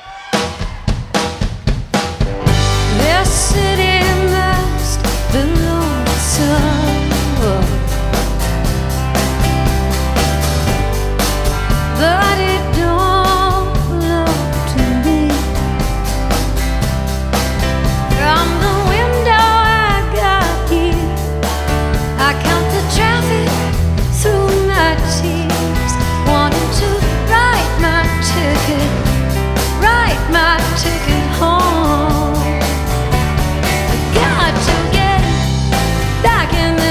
[SPEAKER 6] Their city must belong to someone, but it don't belong to me. From the window I got here, I count the traffic through my tears, wanting to write my ticket home. I got to get back in the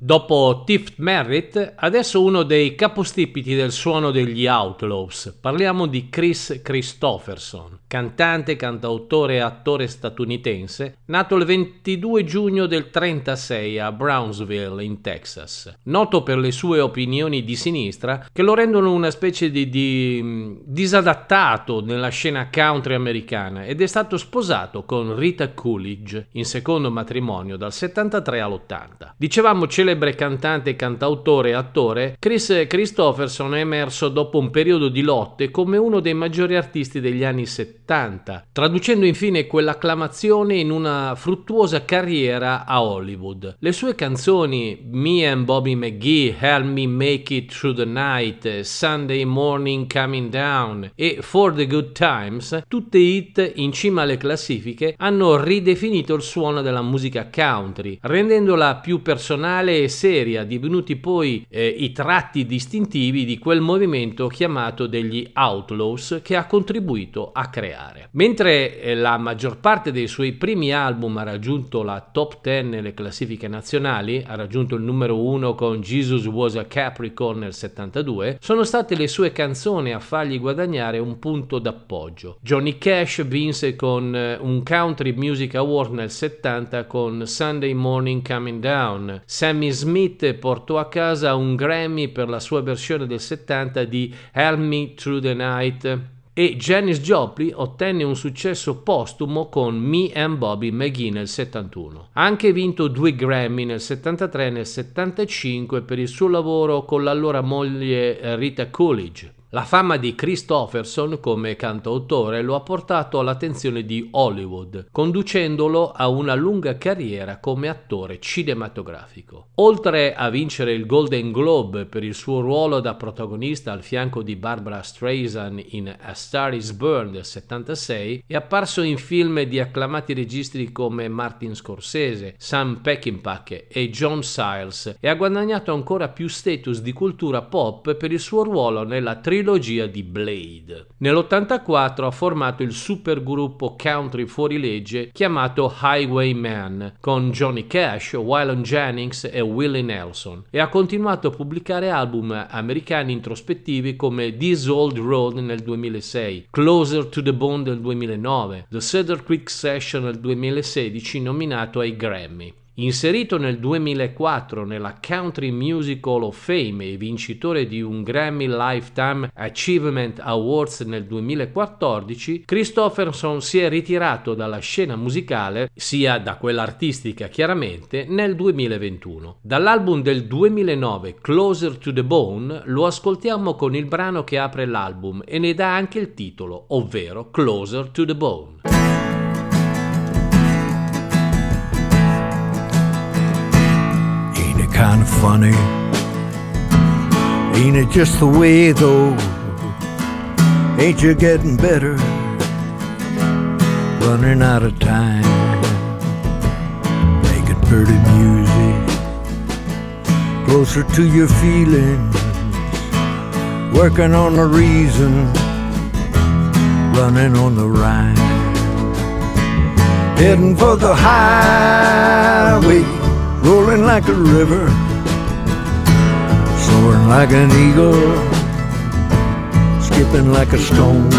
[SPEAKER 2] Dopo Tift Merritt, adesso uno dei capostipiti del suono degli Outlaws. Parliamo di Kris Kristofferson, cantante, cantautore e attore statunitense, nato il 22 giugno del 1936 a Brownsville, in Texas. Noto per le sue opinioni di sinistra che lo rendono una specie di disadattato nella scena country americana, ed è stato sposato con Rita Coolidge in secondo matrimonio dal 73 all'80. Dicevamo celebre cantante, cantautore e attore, Kris Kristofferson è emerso dopo un periodo di lotte come uno dei maggiori artisti degli anni 70, traducendo infine quell'acclamazione in una fruttuosa carriera a Hollywood. Le sue canzoni Me and Bobby McGee, Help Me Make It Through the Night, Sunday Morning Coming Down e For the Good Times, tutte hit in cima alle classifiche, hanno ridefinito il suono della musica country, rendendola più personale e seria, divenuti poi i tratti distintivi di quel movimento chiamato degli Outlaws che ha contribuito a creare. Mentre la maggior parte dei suoi primi album ha raggiunto la top 10 nelle classifiche nazionali, ha raggiunto il numero 1 con Jesus Was a Capricorn nel 72, sono state le sue canzoni a fargli guadagnare un punto d'appoggio. Johnny Cash vinse con un Country Music Award nel 70 con Sunday Morning Coming Down. Sammy Smith portò a casa un Grammy per la sua versione del 70 di Help Me Through the Night e Janis Joplin ottenne un successo postumo con Me and Bobby McGee nel 71. Ha anche vinto 2 Grammy nel 73 e nel 75 per il suo lavoro con l'allora moglie Rita Coolidge. La fama di Kristofferson come cantautore lo ha portato all'attenzione di Hollywood, conducendolo a una lunga carriera come attore cinematografico. Oltre a vincere il Golden Globe per il suo ruolo da protagonista al fianco di Barbra Streisand in A Star is Born del 76, è apparso in film di acclamati registi come Martin Scorsese, Sam Peckinpah e John Sayles, e ha guadagnato ancora più status di cultura pop per il suo ruolo nella trilogia di Blade. Nell'84 ha formato il supergruppo country fuorilegge chiamato Highwayman con Johnny Cash, Waylon Jennings e Willie Nelson, e ha continuato a pubblicare album americani introspettivi come This Old Road nel 2006, Closer to the Bone del 2009, The Cedar Creek Session nel 2016 nominato ai Grammy. Inserito nel 2004 nella Country Music Hall of Fame e vincitore di un Grammy Lifetime Achievement Awards nel 2014, Kristofferson si è ritirato dalla scena musicale, sia da quella artistica chiaramente, nel 2021. Dall'album del 2009 Closer to the Bone lo ascoltiamo con il brano che apre l'album e ne dà anche il titolo, ovvero Closer to the Bone.
[SPEAKER 7] Kind of funny, ain't it just the way though? Ain't you getting better? Running out of time, making pretty music, closer to your feelings, working on the reason, running on the rhyme, heading for the highway, rolling like a river, soaring like an eagle, skipping like a stone,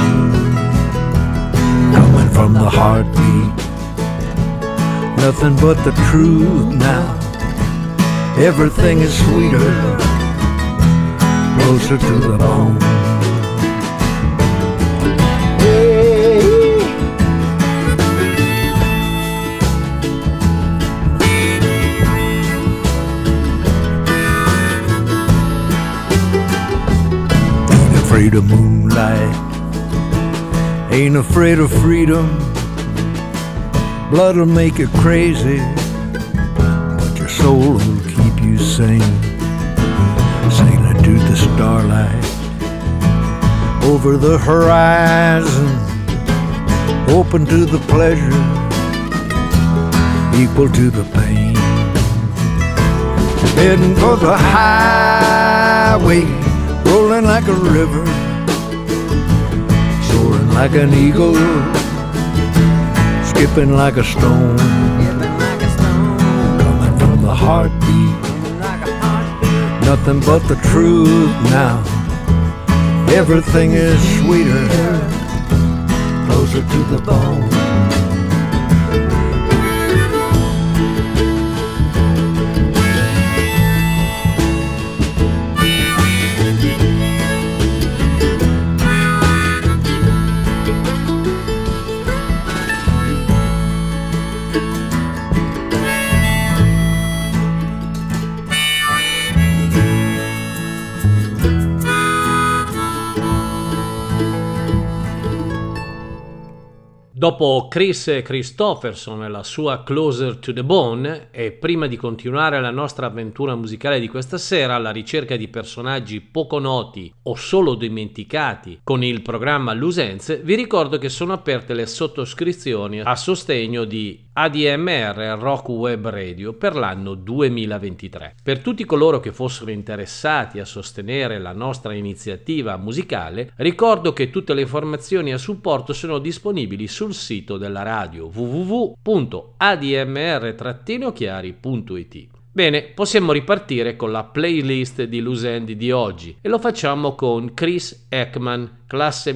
[SPEAKER 7] coming from the heartbeat, nothing but the truth now, everything is sweeter, closer to the bone. Afraid of moonlight, ain't afraid of freedom, blood'll make you crazy, but your soul will keep you sane, sailing to the starlight, over the horizon, open to the pleasure, equal to the pain, heading for the highway, rolling like a river, soaring like an eagle, skipping like a stone, coming from the heartbeat, nothing but the truth now. Everything is sweeter, closer to the bone.
[SPEAKER 2] Dopo Chris Christopherson e la sua Closer to the Bone, e prima di continuare la nostra avventura musicale di questa sera alla ricerca di personaggi poco noti o solo dimenticati con il programma Loose Ends, vi ricordo che sono aperte le sottoscrizioni a sostegno di ADMR Rock Web Radio per l'anno 2023. Per tutti coloro che fossero interessati a sostenere la nostra iniziativa musicale, ricordo che tutte le informazioni a supporto sono disponibili sul sito della radio www.admr-chiari.it. Bene, possiamo ripartire con la playlist di Loose End di oggi e lo facciamo con Chris Ekman, classe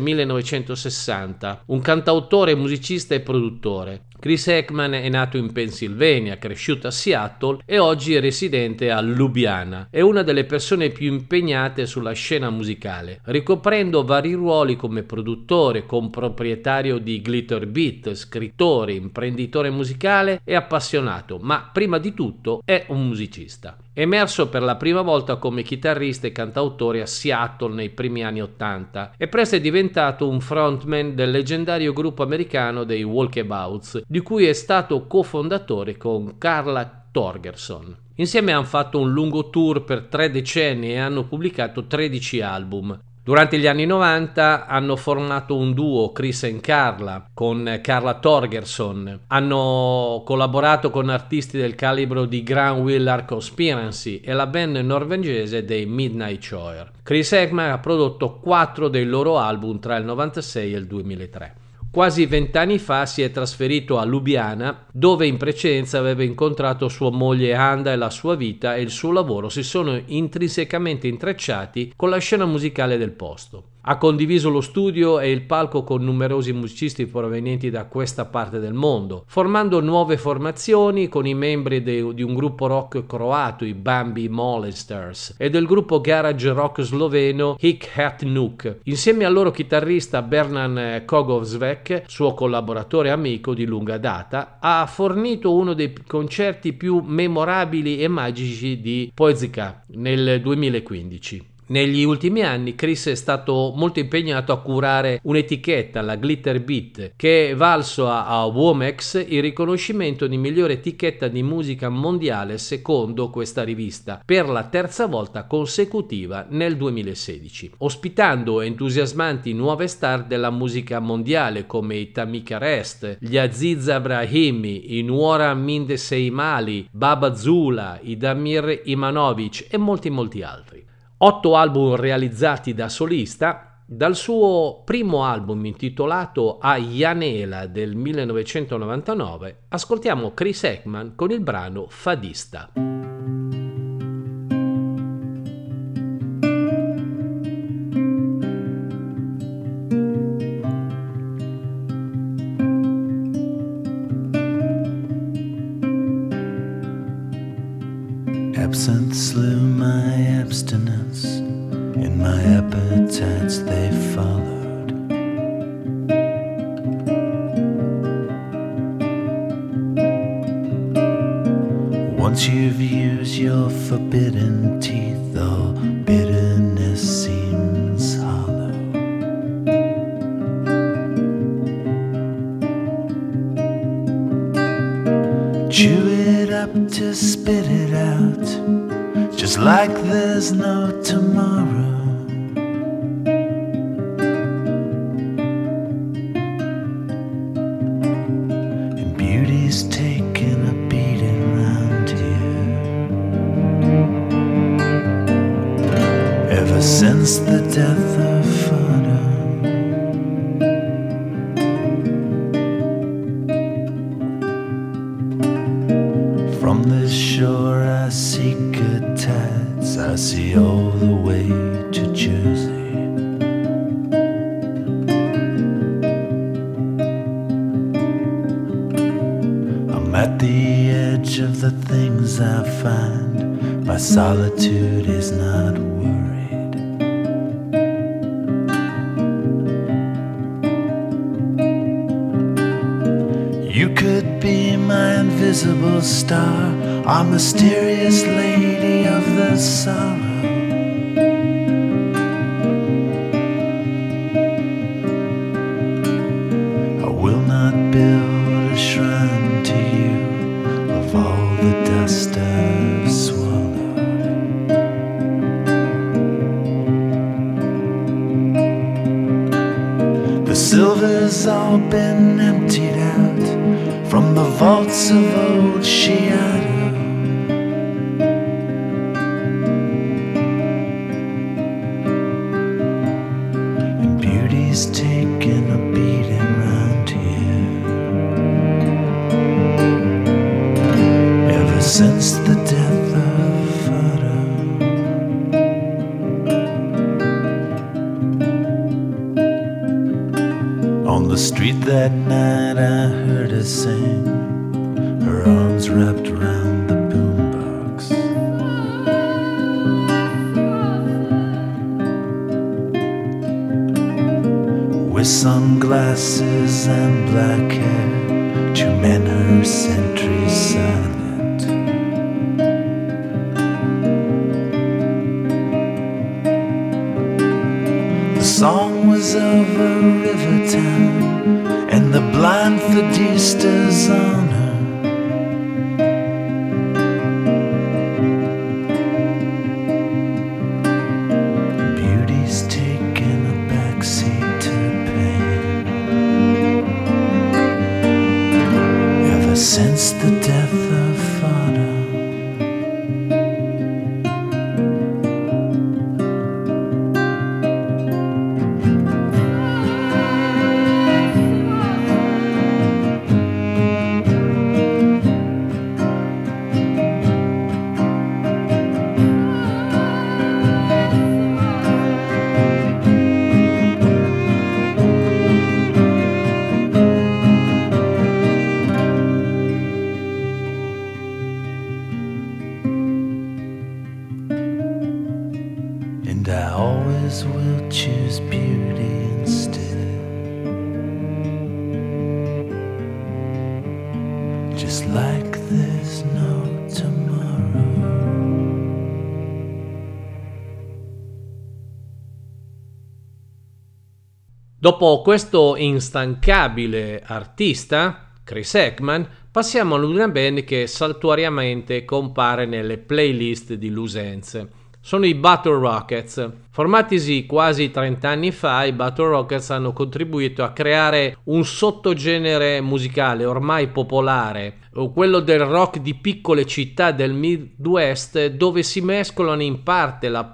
[SPEAKER 2] 1960, un cantautore, musicista e produttore. Chris Ekman è nato in Pennsylvania, cresciuto a Seattle e oggi è residente a Lubiana. È una delle persone più impegnate sulla scena musicale, ricoprendo vari ruoli come produttore, comproprietario di Glitter Beat, scrittore, imprenditore musicale e appassionato, ma prima di tutto è un musicista. Emerso per la prima volta come chitarrista e cantautore a Seattle nei primi anni '80 e presto è diventato un frontman del leggendario gruppo americano dei Walkabouts, di cui è stato cofondatore con Carla Torgerson. Insieme hanno fatto un lungo tour per 3 decenni e hanno pubblicato 13 album. Durante gli anni 90 hanno formato un duo, Chris e Carla, con Carla Torgerson. Hanno collaborato con artisti del calibro di Grand Willard Conspiracy e la band norvegese dei Midnight Choir. Chris Ekman ha prodotto 4 dei loro album tra il 96 e il 2003. Quasi 20 anni fa si è trasferito a Lubiana, dove in precedenza aveva incontrato sua moglie Anda e la sua vita e il suo lavoro si sono intrinsecamente intrecciati con la scena musicale del posto. Ha condiviso lo studio e il palco con numerosi musicisti provenienti da questa parte del mondo, formando nuove formazioni con i membri di un gruppo rock croato, i Bambi Molesters, e del gruppo garage rock sloveno Hic Het Nuk, insieme al loro chitarrista Bernan Kogovsvek, suo collaboratore e amico di lunga data. Ha fornito uno dei concerti più memorabili e magici di Poezica nel 2015. Negli ultimi anni Chris è stato molto impegnato a curare un'etichetta, la Glitter Beat, che è valso a Womex il riconoscimento di migliore etichetta di musica mondiale secondo questa rivista per la 3ª volta consecutiva nel 2016, ospitando entusiasmanti nuove star della musica mondiale come i Tamika Rest, gli Aziz Abrahimi, i Nuora Mindeseimali, Baba Zula, i Damir Imanovic e molti altri. 8 album realizzati da solista. Dal suo primo album intitolato A Janela del 1999 ascoltiamo Chris Ekman con il brano Fadista.
[SPEAKER 8] Absinthe slew my abstinence, in my appetites they followed. Once you've used your forbidden teeth, all bitterness seems hollow. Chew it up to spit it out, just like there's no tomorrow. And beauty's taking a beating round here ever since the death of Fado. From this shore I see good tides, I see the way to Jersey. I'm at the edge of the things I find. My solitude is not worried. You could be my invisible star, our mysterious lady of the sorrow. I will not build a shrine to you of all the dust I've swallowed. The silver's all been emptied out from the vaults of old Shiado. And beauty's taken a beating round here. Ever since the death of Fado. On the street that night I heard her sing, her arms wrapped around the boombox. With sunglasses and black hair, two men her sentries silent. The song was of a river town and the blind Fadistas on her. Beauty's taken a backseat to pain. Ever since the death of Fado. And I always will choose beauty instead. Just like there's no tomorrow.
[SPEAKER 2] Dopo questo instancabile artista, Chris Ekman, passiamo ad una band che saltuariamente compare nelle playlist di Lusenze. Sono i Battle Rockets. Formatisi quasi 30 anni fa, i Battle Rockets hanno contribuito a creare un sottogenere musicale ormai popolare, quello del rock di piccole città del Midwest, dove si mescolano in parte la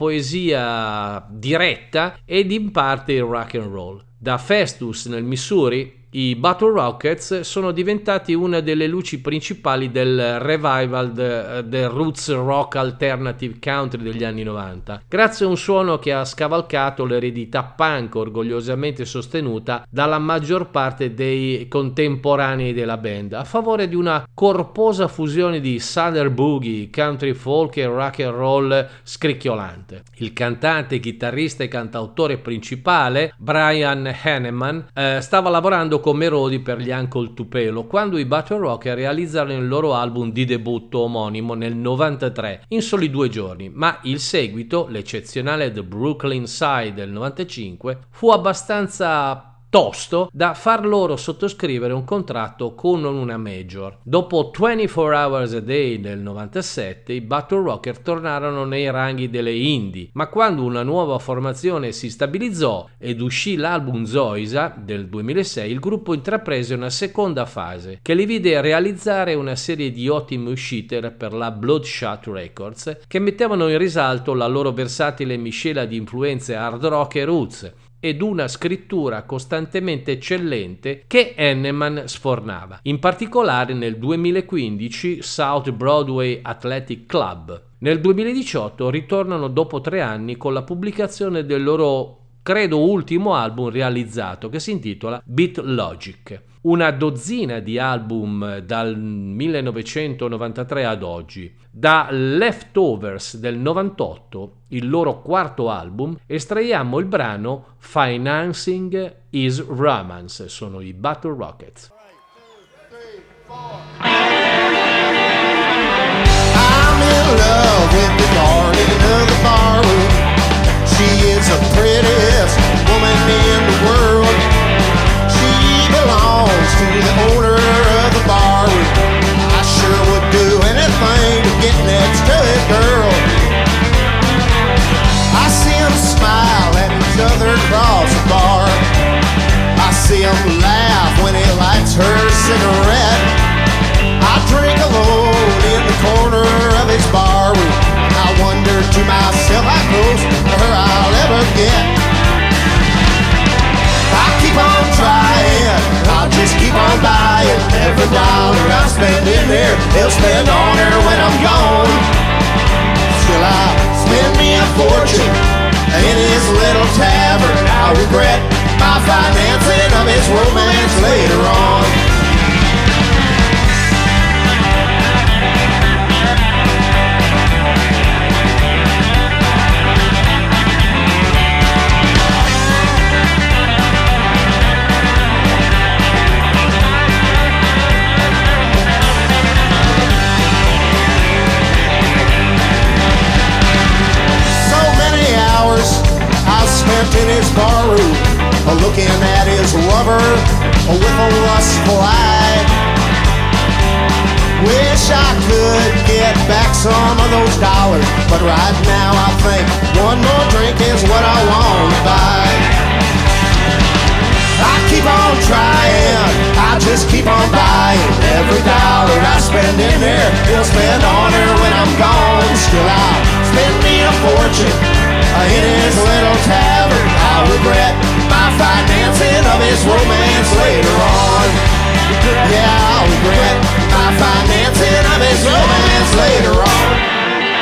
[SPEAKER 2] poesia diretta ed in parte il rock and roll. Da Festus nel Missouri, i Battle Rockets sono diventati una delle luci principali del revival del roots rock alternative country degli anni 90, grazie a un suono che ha scavalcato l'eredità punk orgogliosamente sostenuta dalla maggior parte dei contemporanei della band, a favore di una corposa fusione di southern boogie, country folk e rock and roll scricchiolante. Il cantante, chitarrista e cantautore principale, Brian Hanneman, stava lavorando come Rodi per gli Uncle Tupelo quando i Battle Rockets realizzarono il loro album di debutto omonimo nel 93 in soli 2 giorni, ma il seguito, l'eccezionale The Brooklyn Side del 95, fu abbastanza tosto da far loro sottoscrivere un contratto con una major. Dopo 24 Hours a Day del 97, i Battle Rockers tornarono nei ranghi delle indie, ma quando una nuova formazione si stabilizzò ed uscì l'album Zoisa del 2006, il gruppo intraprese una seconda fase che li vide realizzare una serie di ottime uscite per la Bloodshot Records che mettevano in risalto la loro versatile miscela di influenze hard rock e roots ed una scrittura costantemente eccellente che Hanneman sfornava, in particolare nel 2015 South Broadway Athletic Club. Nel 2018 ritornano dopo 3 anni con la pubblicazione del loro credo ultimo album realizzato, che si intitola Beat Logic. Una dozzina di album dal 1993 ad oggi. Da Leftovers del 98, il loro quarto album, estraiamo il brano Financing is Romance. Sono i Battle Rockets.
[SPEAKER 9] I'm in love with the guardian of the barroom. She is the prettiest woman in the world. She belongs to the owner of the barroom. I sure would do anything to get next to it, girl. I see him smile at each other across the bar. I see him laugh when he lights her cigarette. I drink alone in the corner of his barroom. I wonder to myself how close to her I'll ever get. I keep on trying, I'll just keep on buying. Every dollar I spend in there, he'll spend on her when I'm gone. Still I'll spend me a fortune in his little tavern. I'll regret my financing of his romance later on. In his barroom, looking at his lover with a lustful eye. Wish I could get back some of those dollars, but right now I think one more drink is what I want to buy. I keep on trying, I just keep on buying. Every dollar I spend in there, he'll spend on her when I'm gone. Still I'll spend me a fortune in his little tavern. I'll regret my financing of his romance later on. Yeah, I'll regret my financing of his romance later on.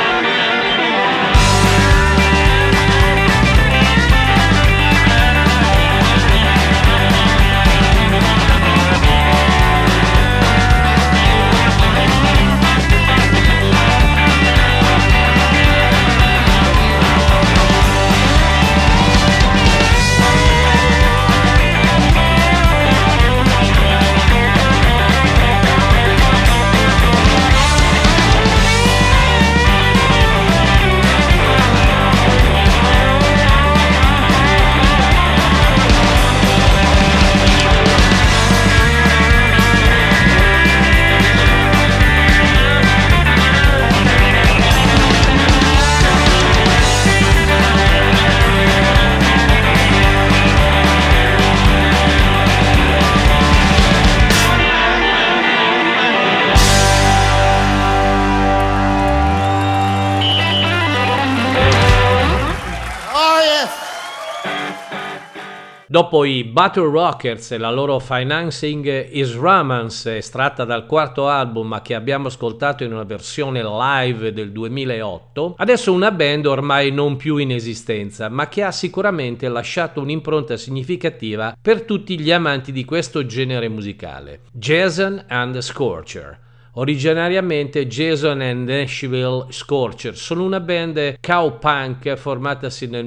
[SPEAKER 2] Dopo i Battle Rockets e la loro Financing is Romance, estratta dal quarto album ma che abbiamo ascoltato in una versione live del 2008, adesso una band ormai non più in esistenza, ma che ha sicuramente lasciato un'impronta significativa per tutti gli amanti di questo genere musicale. Jason and the Scorcher. Originariamente Jason and Nashville Scorcher sono una band cowpunk formatasi nel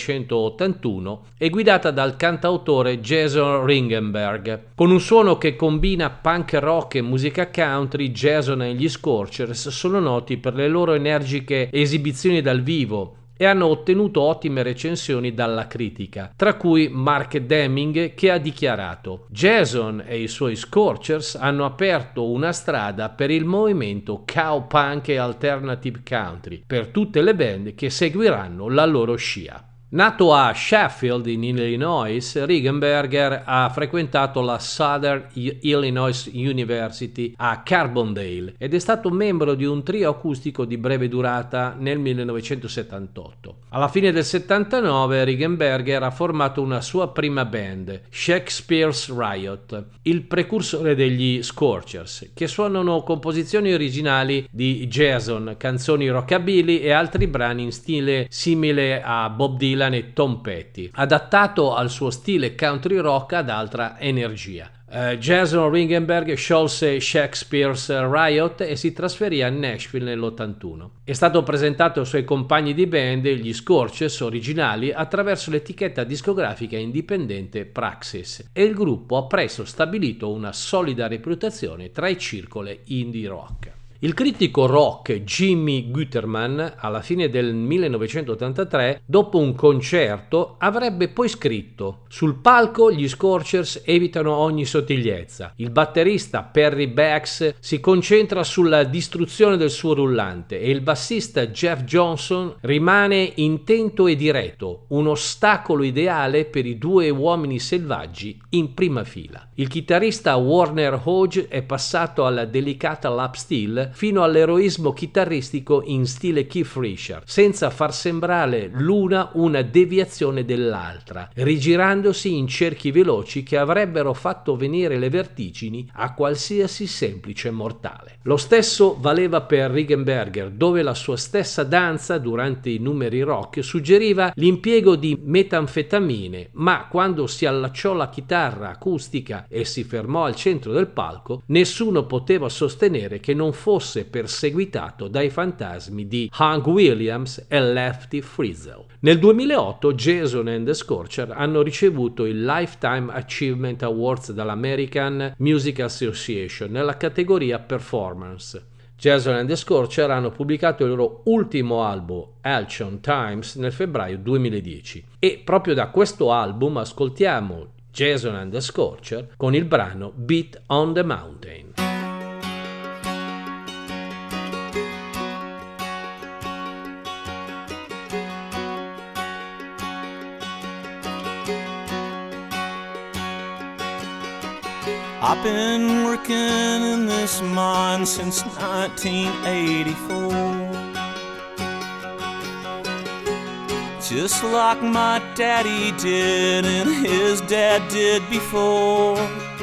[SPEAKER 2] 1981 e guidata dal cantautore Jason Ringenberg. Con un suono che combina punk rock e musica country, Jason e gli Scorchers sono noti per le loro energiche esibizioni dal vivo e hanno ottenuto ottime recensioni dalla critica, tra cui Mark Deming, che ha dichiarato: Jason e i suoi Scorchers hanno aperto una strada per il movimento cowpunk e alternative country per tutte le band che seguiranno la loro scia. Nato a Sheffield in Illinois, Regenberger ha frequentato la Southern Illinois University a Carbondale ed è stato membro di un trio acustico di breve durata nel 1978. Alla fine del 79 Regenberger ha formato una sua prima band, Shakespeare's Riot, il precursore degli Scorchers, che suonano composizioni originali di Jason, canzoni rockabilly e altri brani in stile simile a Bob Dylan e Tom Petty, adattato al suo stile country rock ad alta energia. Jason Regenberg sciolse Shakespeare's Riot e si trasferì a Nashville nell'81. È stato presentato ai suoi compagni di band, gli Scorchers originali, attraverso l'etichetta discografica indipendente Praxis, e il gruppo ha presto stabilito una solida reputazione tra i circoli indie rock. Il critico rock Jimmy Guterman, alla fine del 1983, dopo un concerto, avrebbe poi scritto: sul palco gli Scorchers evitano ogni sottigliezza. Il batterista Perry Bax si concentra sulla distruzione del suo rullante e il bassista Jeff Johnson rimane intento e diretto, un ostacolo ideale per i due uomini selvaggi in prima fila. Il chitarrista Warner Hodge è passato alla delicata lap steel fino all'eroismo chitarristico in stile Keith Richards, senza far sembrare l'una una deviazione dell'altra, rigirandosi in cerchi veloci che avrebbero fatto venire le vertigini a qualsiasi semplice mortale. Lo stesso valeva per Regenberger, dove la sua stessa danza durante i numeri rock suggeriva l'impiego di metanfetamine, ma quando si allacciò la chitarra acustica e si fermò al centro del palco, nessuno poteva sostenere che non fosse perseguitato dai fantasmi di Hank Williams e Lefty Frizzell. Nel 2008 Jason and the Scorcher hanno ricevuto il Lifetime Achievement Awards dall'American Music Association nella categoria Performance. Jason and the Scorcher hanno pubblicato il loro ultimo album, Altion Times, nel febbraio 2010 e proprio da questo album ascoltiamo Jason and the Scorcher con il brano Beat on the Mountain.
[SPEAKER 10] I've been working in this mine since 1984, just like my daddy did and his dad did before.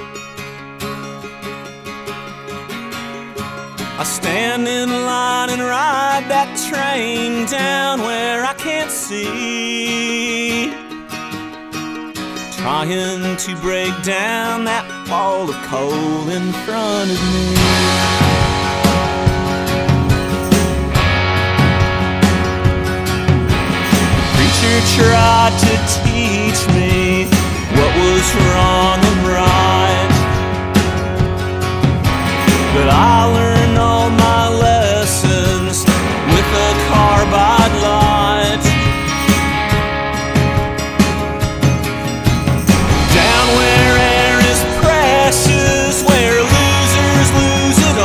[SPEAKER 10] I stand in line and ride that train down where I can't see, trying to break down that wall of coal in front of me. Preacher tried to teach me what was wrong and right, but I learned all my lessons with a carbide light. Down where air is precious, where losers lose it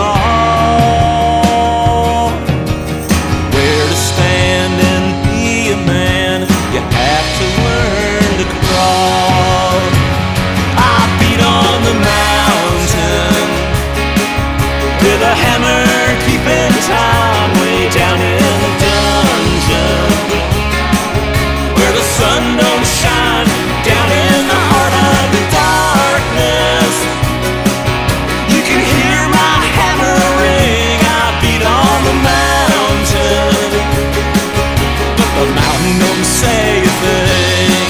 [SPEAKER 10] all, where to stand and be a man, you have to learn to crawl. I beat on the mountain with a hammer, keeping time way down in the dungeon, where the sun don't shine, down in the heart of the darkness. You can hear my hammer ring. I beat on the mountain, but the mountain don't say a thing.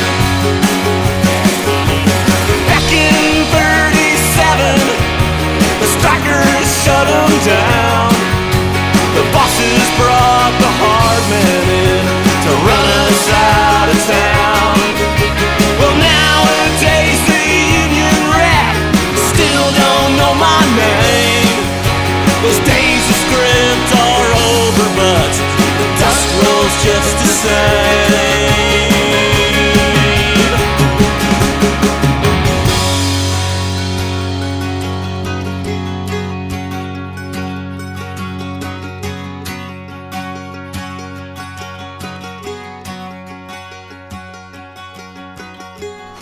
[SPEAKER 10] Back in 37, the strikers shut them down. The bosses brought the hard men in to run us out of town.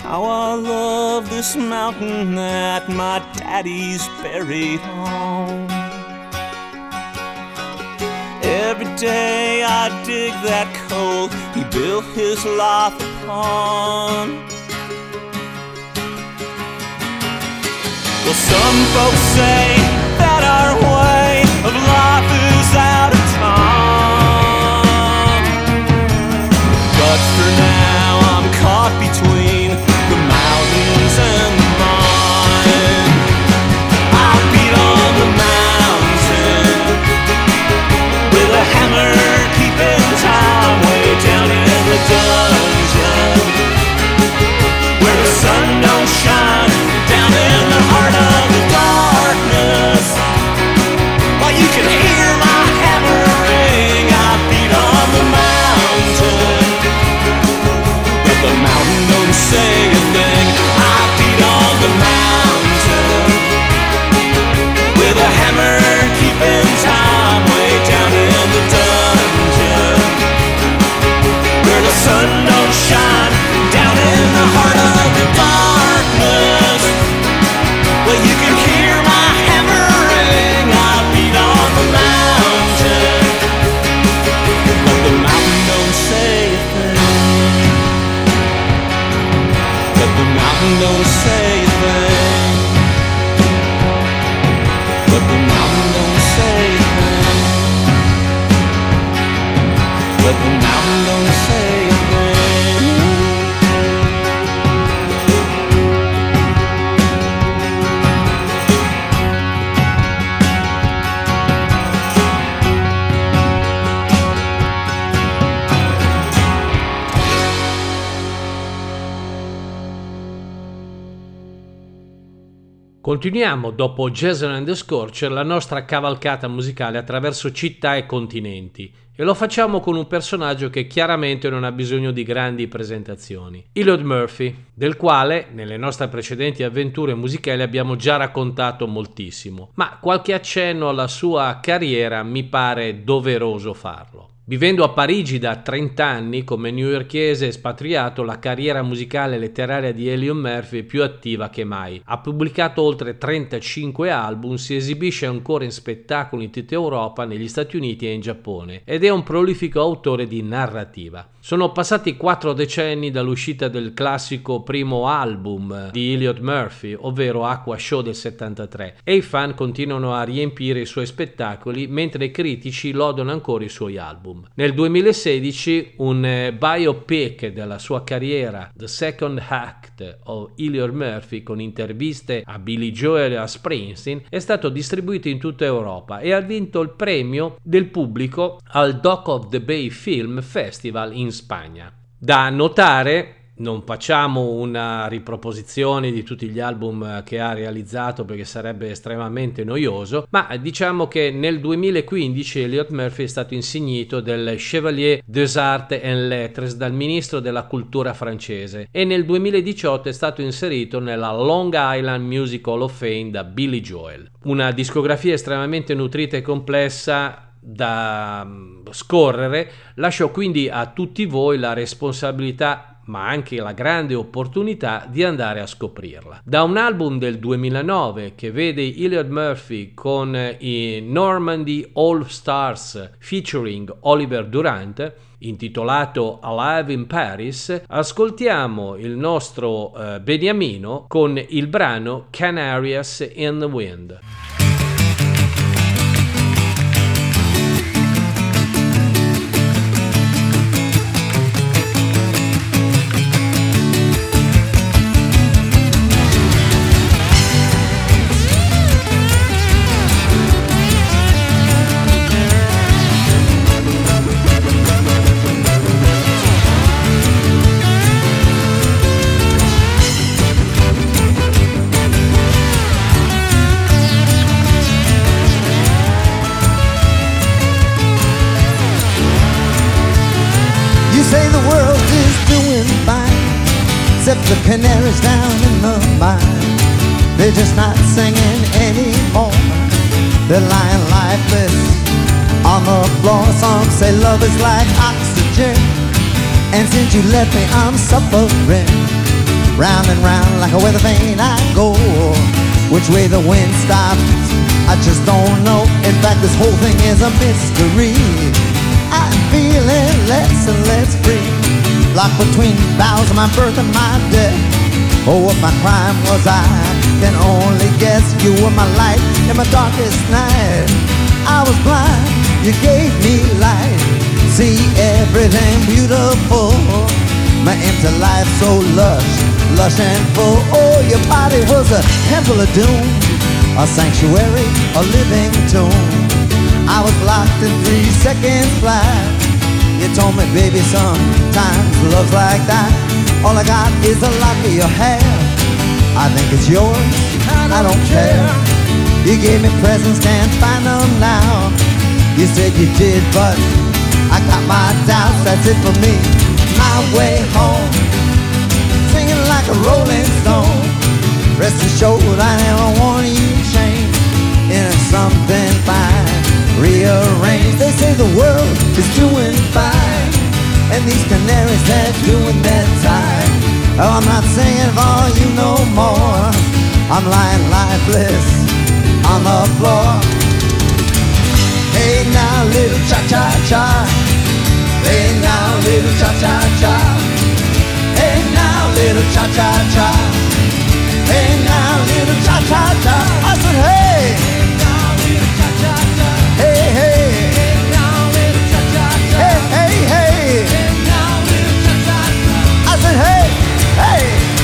[SPEAKER 10] how I love this mountain that my daddy's buried on. Every day I dig that coal he built his life upon. Well, some folks say that our way of life is out of time, but for now I'm caught between the mountains and the mine. I beat on the mountain with a hammer, keeping time way down in the dungeon, where the sun don't shine, down in the heart of the darkness. While you can hear my hammer ring, I beat on the mountain, but the mountain don't say a thing. I beat on the mountain with a hammer, keeping time way down in the dungeon, where the sun don't shine, down in the heart of the darkness. Well, you can hear my hammer ring. I beat on the mountain, but the mountain don't say a thing. But the mountain don't say a thing. But the mountain don't say a thing. But the mountain don't say a thing.
[SPEAKER 2] Continuiamo dopo Jason and the Scorcher la nostra cavalcata musicale attraverso città e continenti, e lo facciamo con un personaggio che chiaramente non ha bisogno di grandi presentazioni, Elliot Murphy, del quale nelle nostre precedenti avventure musicali abbiamo già raccontato moltissimo, ma qualche accenno alla sua carriera mi pare doveroso farlo. Vivendo a Parigi da 30 anni come newyorkese espatriato, la carriera musicale e letteraria di Elliot Murphy è più attiva che mai. Ha pubblicato oltre 35 album, si esibisce ancora in spettacoli in tutta Europa, negli Stati Uniti e in Giappone, ed è un prolifico autore di narrativa. Sono passati 4 decenni dall'uscita del classico primo album di Elliot Murphy, ovvero Aqua Show del 73, e i fan continuano a riempire i suoi spettacoli, mentre i critici lodano ancora i suoi album. Nel 2016 un biopic della sua carriera, The Second Act of Elliot Murphy, con interviste a Billy Joel e a Springsteen, è stato distribuito in tutta Europa e ha vinto il premio del pubblico al Dock of the Bay Film Festival in Spagna. Da notare, non facciamo una riproposizione di tutti gli album che ha realizzato perché sarebbe estremamente noioso, ma diciamo che nel 2015 Elliot Murphy è stato insignito del Chevalier des Arts et Lettres dal ministro della cultura francese, e nel 2018 è stato inserito nella Long Island Music Hall of Fame da Billy Joel. Una discografia estremamente nutrita e complessa da scorrere. Lascio quindi a tutti voi la responsabilità, ma anche la grande opportunità di andare a scoprirla. Da un album del 2009 che vede Elliot Murphy con i Normandy All Stars featuring Oliver Durant, intitolato Alive in Paris, ascoltiamo il nostro Beniamino con il brano Canaries in the Wind.
[SPEAKER 11] Except the canaries down in the mine, they're just not singing anymore. They're lying lifeless on the floor. Some say love is like oxygen, and since you left me I'm suffering. Round and round like a weather vane I go. Which way the wind stops, I just don't know. In fact, this whole thing is a mystery. I'm feeling less and less free, locked between vows of my birth and my death. Oh, what my crime was, I can only guess. You were my light in my darkest night. I was blind, you gave me light. See everything beautiful. My empty life so lush, lush and full. Oh, your body was a temple of doom, a sanctuary, a living tomb. I was locked in 3 seconds flat. You told me, baby, sometimes love's like that. All I got is a lock of your hair. I think it's yours, I don't care. You gave me presents, can't find them now. You said you did, but I got my doubts. That's it for me, my way home, singing like a rolling stone. Rest assured I never want you changed into something fine, rearranged. They say the world is doing fine, and these canaries, they're doing their time. Oh, I'm not singing for you no more. I'm lying lifeless on the floor. Hey now, little cha-cha-cha. Hey now, little cha-cha-cha. Hey now, little cha-cha-cha. Hey now, little cha-cha-cha. I said hey. Hey now, little cha-cha-cha. Hey, hey. Hey now, little cha-cha-cha. Hey, hey, hey. Hey now, little cha-cha-cha. I said hey, hey.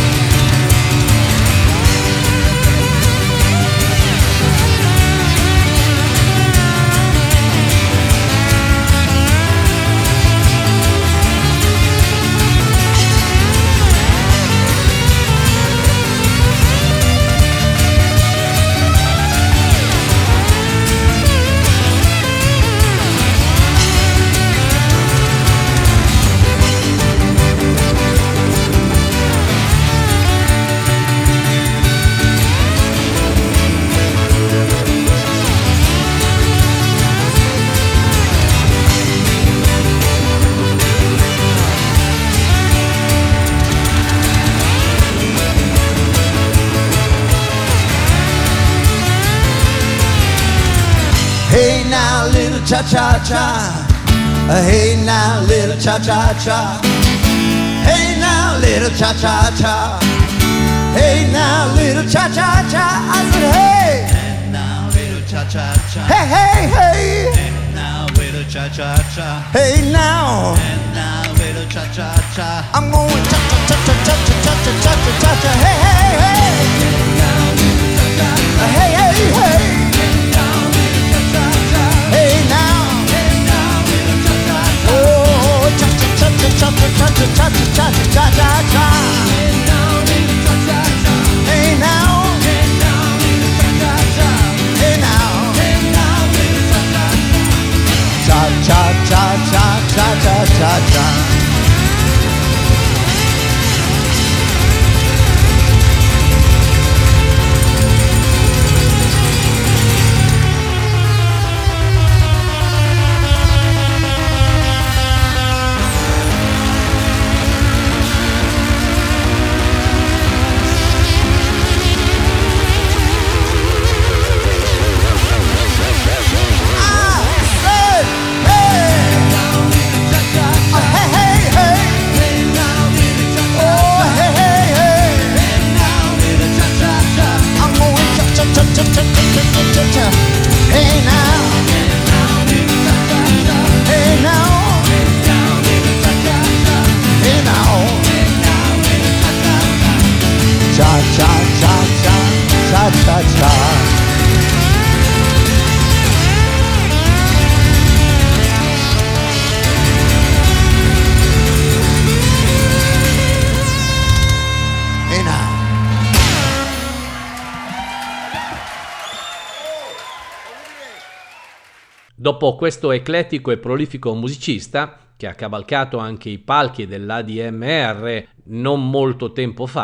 [SPEAKER 11] Hey now, little cha-cha-cha. Hey now, little cha-cha-cha. Hey now, little cha-cha-cha. Hey now, little cha-cha-cha. I said hey.
[SPEAKER 8] Hey now, little cha-cha-cha.
[SPEAKER 11] Hey, hey, hey.
[SPEAKER 8] Hey now, little cha-cha-cha.
[SPEAKER 11] Hey now.
[SPEAKER 8] Hey now, little cha-cha-cha.
[SPEAKER 11] I'm going cha-cha-cha-cha-cha-cha-cha-cha-cha. Hey, hey, hey. Hey, hey, hey. Hey now. Oh, cha-cha-cha-cha-cha-cha-cha-cha-cha-cha-cha. Hey now. Hey now. Cha-cha-cha-cha-cha-cha-cha-cha.
[SPEAKER 2] Dopo questo eclettico e prolifico musicista, che ha cavalcato anche i palchi dell'ADMR non molto tempo fa,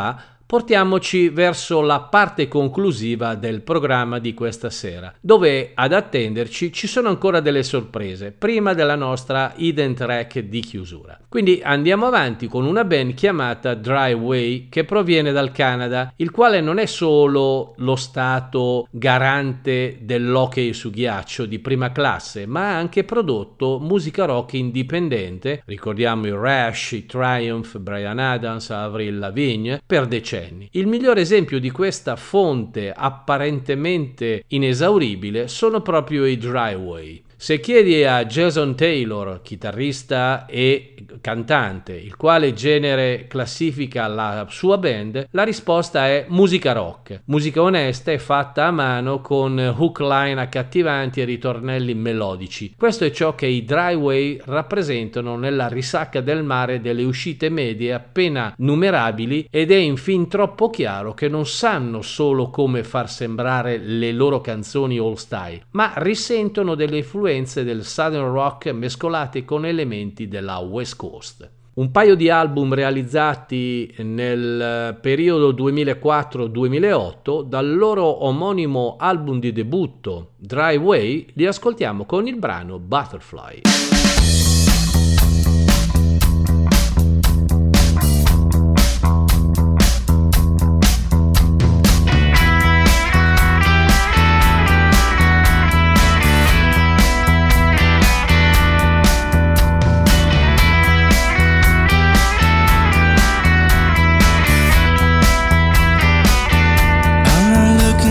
[SPEAKER 2] portiamoci verso la parte conclusiva del programma di questa sera, dove ad attenderci ci sono ancora delle sorprese prima della nostra hidden track di chiusura. Quindi andiamo avanti con una band chiamata Driveway, che proviene dal Canada, il quale non è solo lo stato garante dell'hockey su ghiaccio di prima classe, ma ha anche prodotto musica rock indipendente, ricordiamo i Rush, i Triumph, Bryan Adams, Avril Lavigne, per decenni. Il miglior esempio di questa fonte apparentemente inesauribile sono proprio i Driveway. Se chiedi a Jason Taylor, chitarrista e cantante, il quale genere classifica la sua band, la risposta è musica rock, musica onesta e fatta a mano con hook line accattivanti e ritornelli melodici. Questo è ciò che i Driveway rappresentano nella risacca del mare delle uscite medie appena numerabili, ed è infin troppo chiaro che non sanno solo come far sembrare le loro canzoni all style, ma risentono delle influenze del Southern Rock mescolate con elementi della West Coast. Un paio di album realizzati nel periodo 2004-2008, dal loro omonimo album di debutto Driveway, li ascoltiamo con il brano Butterfly.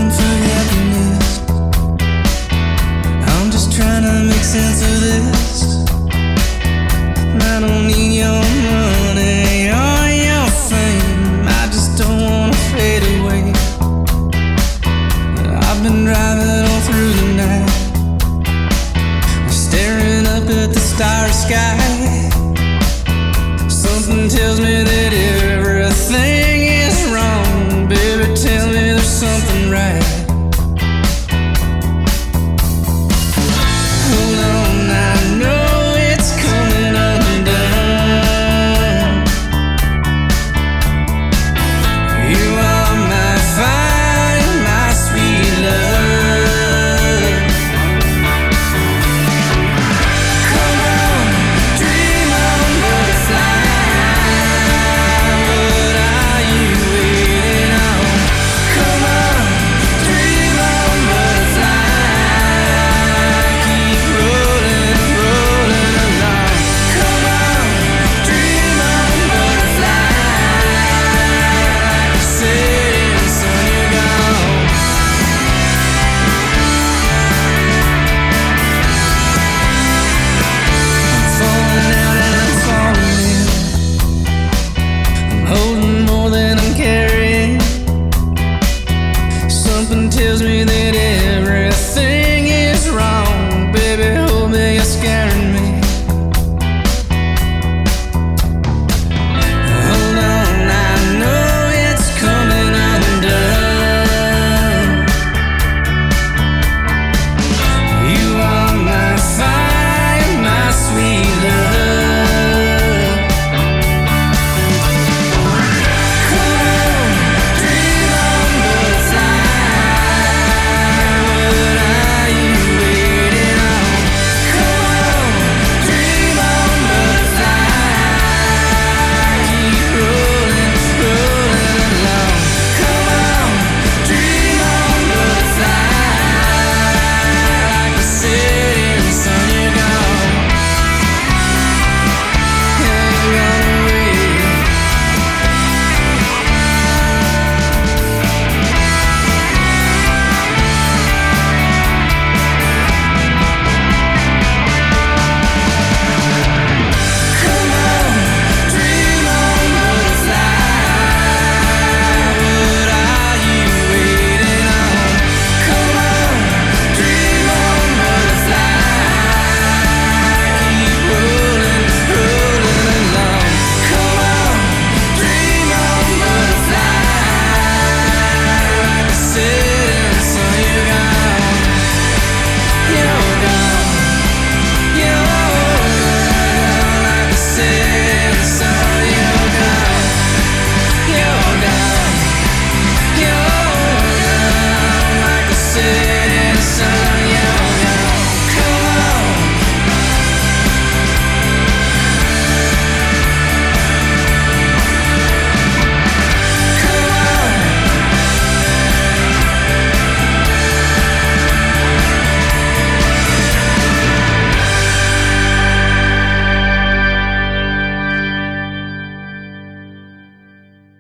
[SPEAKER 12] Sense of this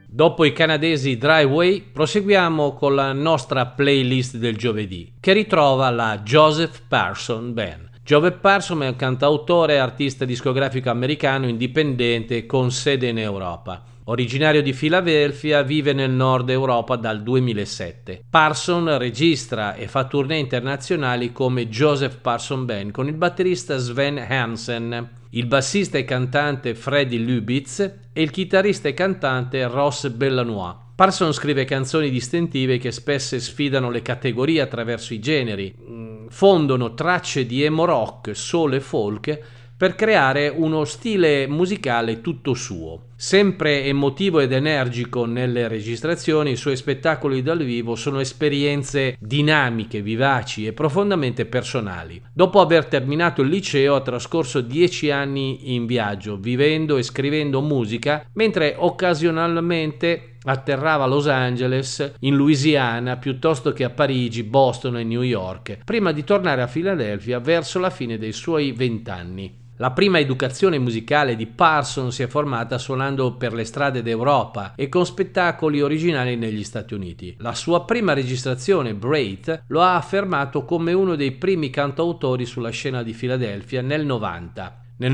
[SPEAKER 2] Dopo i canadesi Driveway, proseguiamo con la nostra playlist del giovedì, che ritrova la Joseph Parson Band. Joseph Parson è un cantautore e artista discografico americano indipendente con sede in Europa. Originario di Filadelfia, vive nel nord Europa dal 2007. Parson registra e fa tournée internazionali come Joseph Parson Band con il batterista Sven Hansen, il bassista e cantante Freddie Lubitz e il chitarrista e cantante Ross Bellanois. Parson scrive canzoni distintive che spesso sfidano le categorie attraverso i generi, fondono tracce di emo rock, soul e folk per creare uno stile musicale tutto suo. Sempre emotivo ed energico nelle registrazioni, i suoi spettacoli dal vivo sono esperienze dinamiche, vivaci e profondamente personali. Dopo aver terminato il liceo ha trascorso 10 anni in viaggio, vivendo e scrivendo musica, mentre occasionalmente atterrava a Los Angeles, in Louisiana, piuttosto che a Parigi, Boston e New York, prima di tornare a Filadelfia verso la fine dei suoi 20 anni. La prima educazione musicale di Parson si è formata suonando per le strade d'Europa e con spettacoli originali negli Stati Uniti. La sua prima registrazione, Braith, lo ha affermato come uno dei primi cantautori sulla scena di Filadelfia nel 90. Nel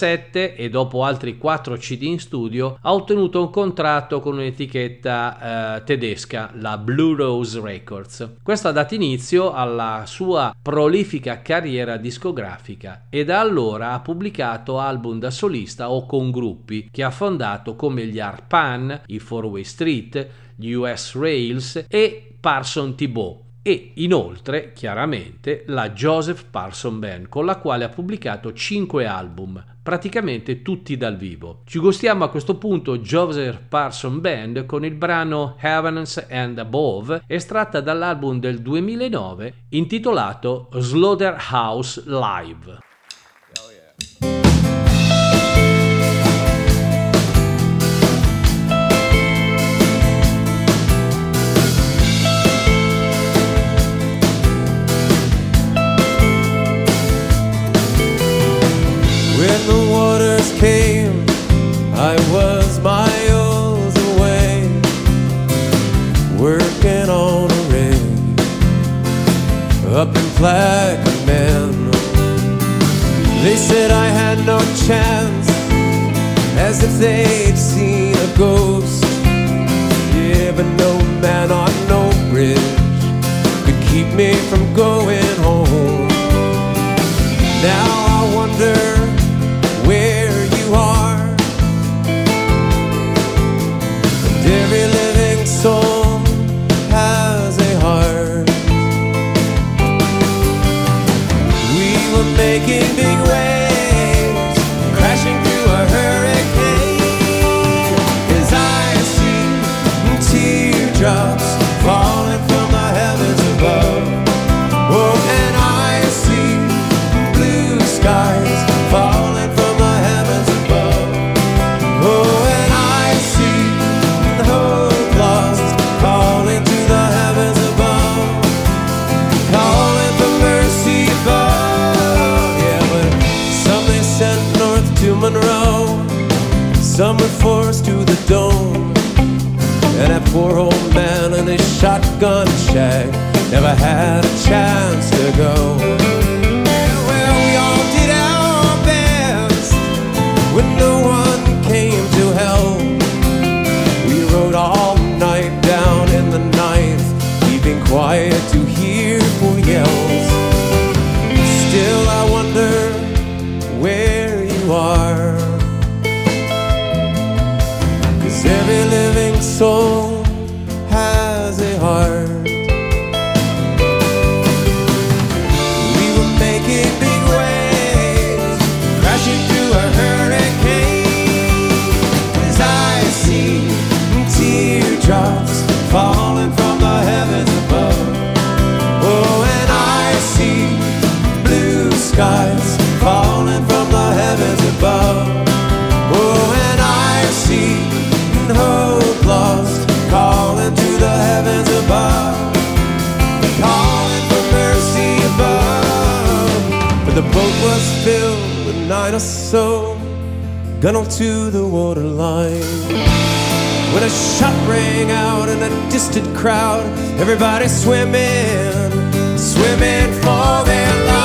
[SPEAKER 2] 97 e dopo altri 4 CD in studio ha ottenuto un contratto con un'etichetta tedesca, la Blue Rose Records. Questo ha dato inizio alla sua prolifica carriera discografica e da allora ha pubblicato album da solista o con gruppi che ha fondato come gli Arpan, i Four Way Street, gli US Rails e Parson Thibault. E inoltre, chiaramente, la Joseph Parson Band, con la quale ha pubblicato 5 album, praticamente tutti dal vivo. Ci gustiamo a questo punto Joseph Parson Band con il brano Heavens and Above, estratta dall'album del 2009 intitolato Slaughterhouse Live.
[SPEAKER 5] When the waters came, I was miles away, working on a rig up in Plaquemine. They said I had no chance, as if they'd seen a ghost. Yeah, but no man on no bridge could keep me from going home. Now I wonder where you are, and every living soul has a heart. We were making big waves, crashing through a hurricane, as I see teardrops falling from the heavens above. Oh, and I see blue skies falling from the heavens above. Oh, and I see the hope lost, calling to the heavens above, calling for mercy above. Yeah, but some they sent north to Monroe, some were forced to the dome, and that poor old man in his shotgun shack never had a chance to go. Well, we all did our best when no one came to help. We rode all night down in the night, keeping quiet to hear poor yells. Still I wonder where you are, 'cause every living soul has a heart. We were making big waves, crashing through a hurricane, as I see teardrops falling from the heavens above. Oh, and I see blue skies falling from the heavens above. Oh, and I see hope lost, calling to the heavens above, calling for mercy above. But the boat was filled with 9 or so, gunnel to the waterline.
[SPEAKER 12] when a shot rang out in a distant crowd. Everybody swimming, swimming for their lives.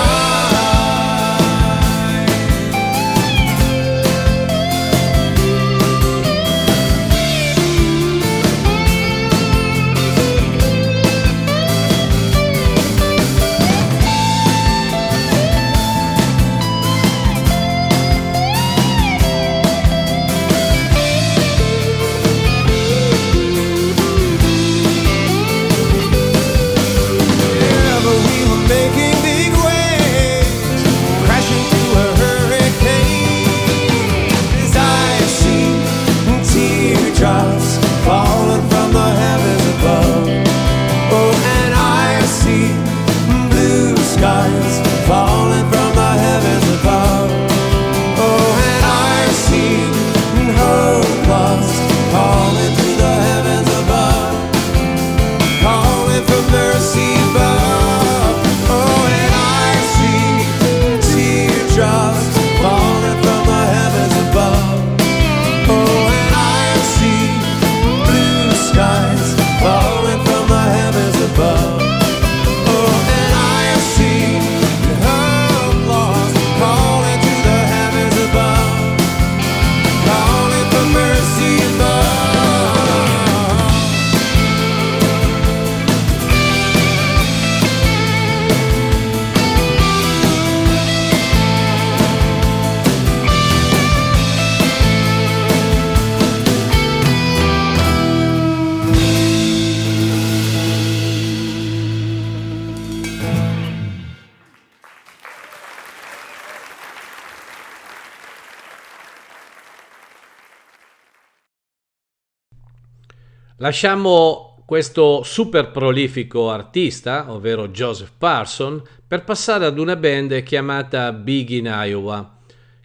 [SPEAKER 2] Lasciamo questo super prolifico artista, ovvero Joseph Parson, per passare ad una band chiamata Big in Iowa,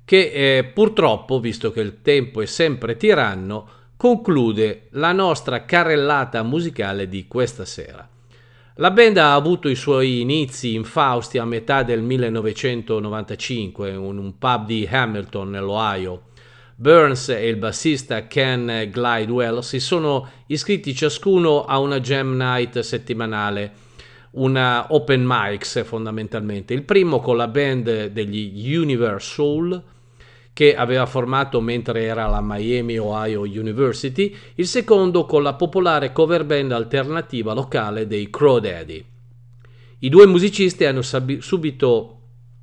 [SPEAKER 2] che purtroppo, visto che il tempo è sempre tiranno, conclude la nostra carrellata musicale di questa sera. La band ha avuto i suoi inizi infausti a metà del 1995 in un pub di Hamilton, nell'Ohio. Burns e il bassista Ken Glidewell si sono iscritti ciascuno a una jam night settimanale, una open mics fondamentalmente. Il primo con la band degli Universe Soul, che aveva formato mentre era alla Miami Ohio University, il secondo con la popolare cover band alternativa locale dei Crawdaddy. I due musicisti hanno subito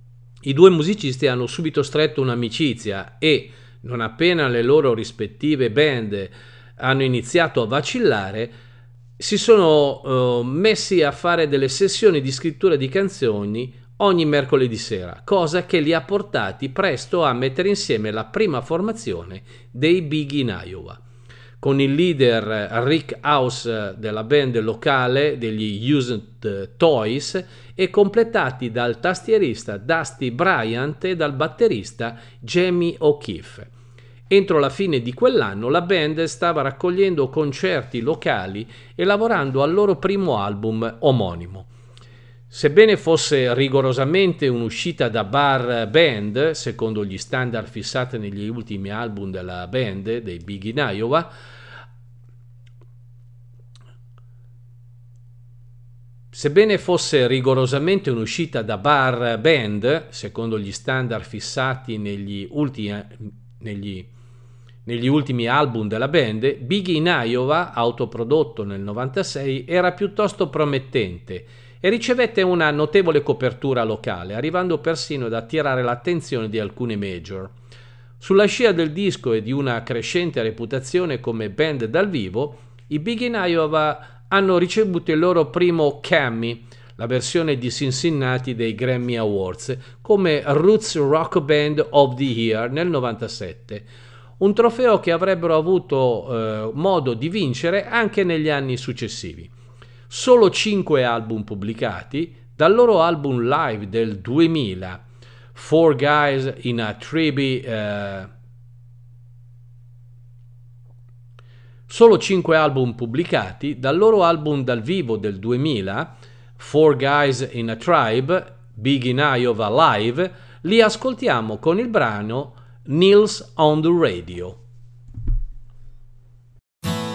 [SPEAKER 2] stretto un'amicizia e, non appena le loro rispettive band hanno iniziato a vacillare, si sono messi a fare delle sessioni di scrittura di canzoni ogni mercoledì sera, cosa che li ha portati presto a mettere insieme la prima formazione dei Big in Iowa, con il leader Rick House della band locale degli Used Toys e completati dal tastierista Dusty Bryant e dal batterista Jamie O'Keefe. Entro la fine di quell'anno la band stava raccogliendo concerti locali e lavorando al loro primo album omonimo. Sebbene fosse rigorosamente un'uscita da bar band, secondo gli standard fissati negli ultimi album della band, dei Big in Iowa, sebbene fosse rigorosamente un'uscita da bar band, secondo gli standard fissati negli ultimi album della band, Big in Iowa, autoprodotto nel 96, era piuttosto promettente e ricevette una notevole copertura locale, arrivando persino ad attirare l'attenzione di alcune major. Sulla scia del disco e di una crescente reputazione come band dal vivo, i Big in Iowa hanno ricevuto il loro primo Cammy, la versione di Cincinnati dei Grammy Awards, come Roots Rock Band of the Year nel 97, un trofeo che avrebbero avuto modo di vincere anche negli anni successivi. Solo 5 album pubblicati, dal loro album live del 2000, Four Guys in a Tribe, solo 5 album pubblicati, dal loro album dal vivo del 2000, Four Guys in a Tribe, Big in Iowa Live, li ascoltiamo con il brano Nils on the Radio.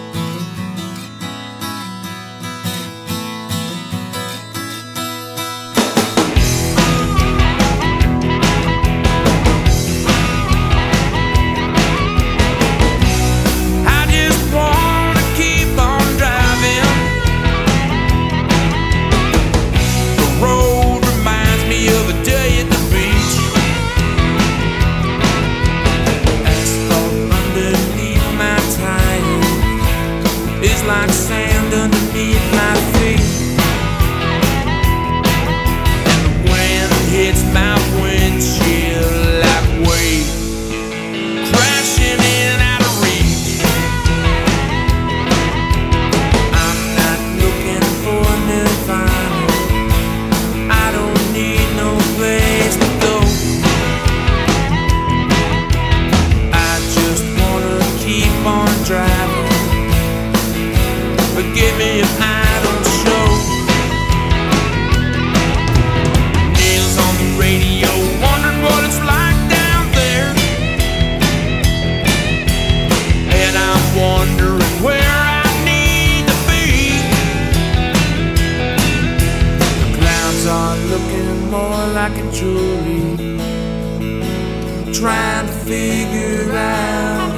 [SPEAKER 1] sanctuary, trying to figure out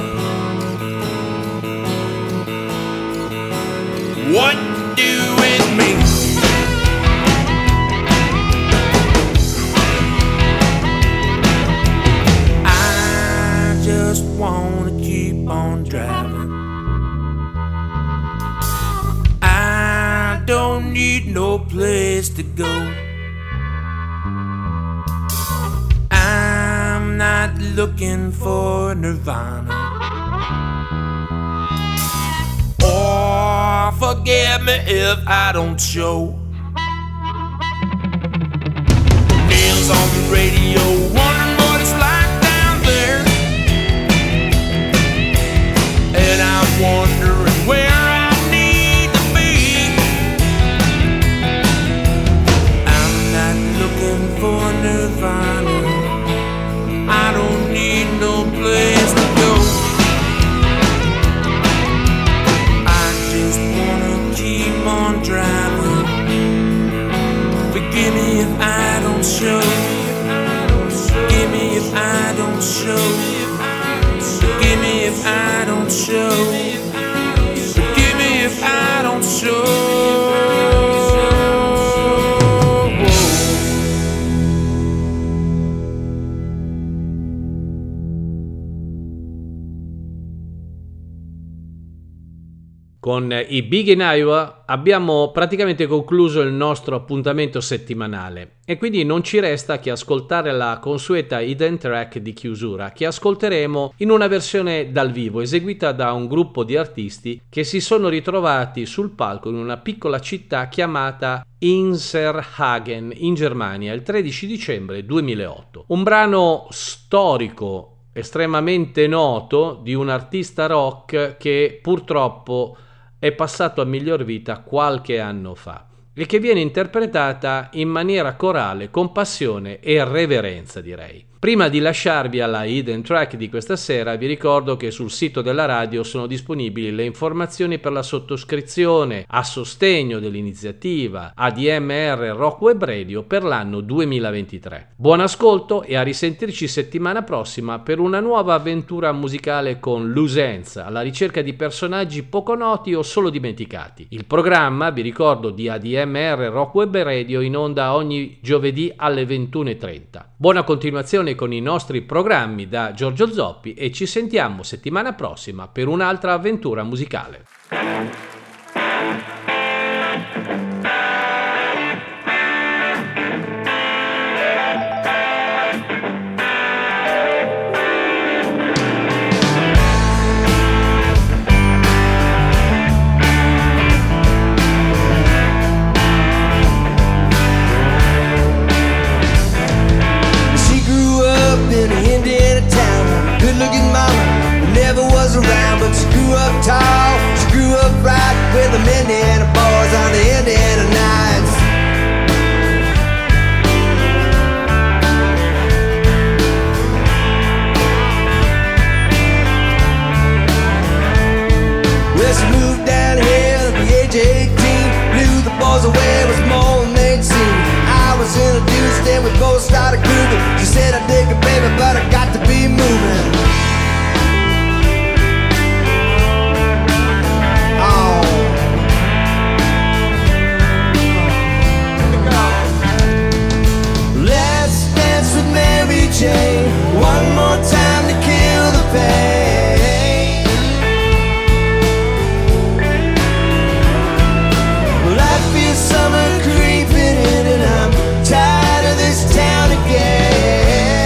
[SPEAKER 1] what to do with me. I just wanna keep on driving. I don't need no place to go. I'm not looking for nirvana. Or forgive me if I don't show. Nails on the radio, wondering what it's like down there. And I'm wondering where I need to be. I'm not looking for nirvana. I don't need no place to go. I just wanna keep on driving. Forgive me if I don't show. Forgive me if I don't show. Forgive me if I don't show. Forgive me if I don't show.
[SPEAKER 2] Con i Big in Iowa abbiamo praticamente concluso il nostro appuntamento settimanale e quindi non ci resta che ascoltare la consueta hidden track di chiusura, che ascolteremo in una versione dal vivo eseguita da un gruppo di artisti che si sono ritrovati sul palco in una piccola città chiamata Inserhagen in Germania il 13 dicembre 2008. Un brano storico estremamente noto di un artista rock che purtroppo è passato a miglior vita qualche anno fa e che viene interpretata in maniera corale, con passione e reverenza, direi. Prima di lasciarvi alla hidden track di questa sera, vi ricordo che sul sito della radio sono disponibili le informazioni per la sottoscrizione a sostegno dell'iniziativa ADMR Rock Web Radio per l'anno 2023. Buon ascolto e a risentirci settimana prossima per una nuova avventura musicale con Lusenza, alla ricerca di personaggi poco noti o solo dimenticati. Il programma, vi ricordo, di ADMR Rock Web Radio in onda ogni giovedì alle 21:30. Buona continuazione con i nostri programmi da Giorgio Zoppi e ci sentiamo settimana prossima per un'altra avventura musicale.
[SPEAKER 3] Around, but she grew up tall, she grew up right with the Indiana boys on the Indiana nights. Well, she moved down here at the age of 18, blew the boys away, was more than they'd seen. I was introduced and we both started grooving. She said, I dig it, baby, but I got to be moving. Jane, one more time to kill the pain. Well, I feel summer creeping in and I'm tired of this town again.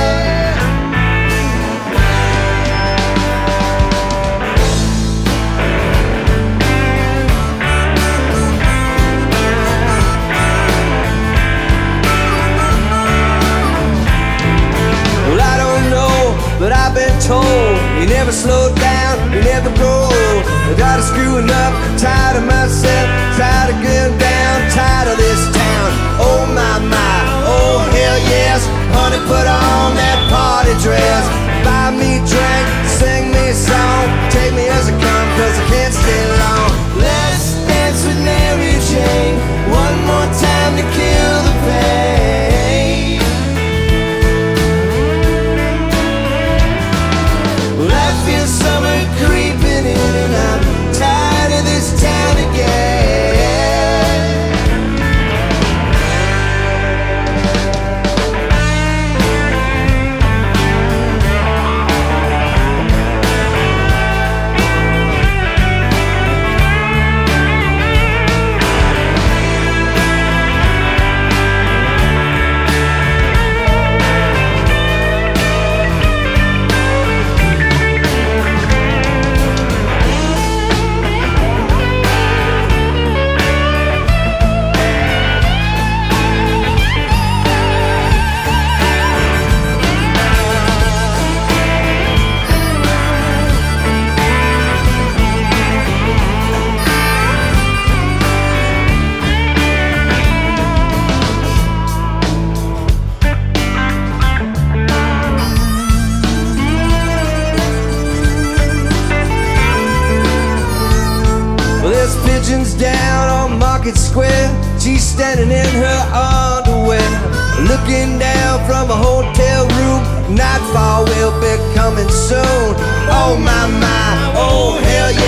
[SPEAKER 3] But I've been told you never slow down, you never grow. I got to screwing up, tired of myself, tired of getting down, tired of this town. Oh my, oh hell yes, honey, put on that party dress. Buy me drink, sing me a song, take me as I come, cause I can't stay long. Let's dance with Mary Jane, one more time to kill the pain.
[SPEAKER 12] Market Square. She's standing in her underwear, looking down from a hotel room. Nightfall will be coming soon. Oh my, oh hell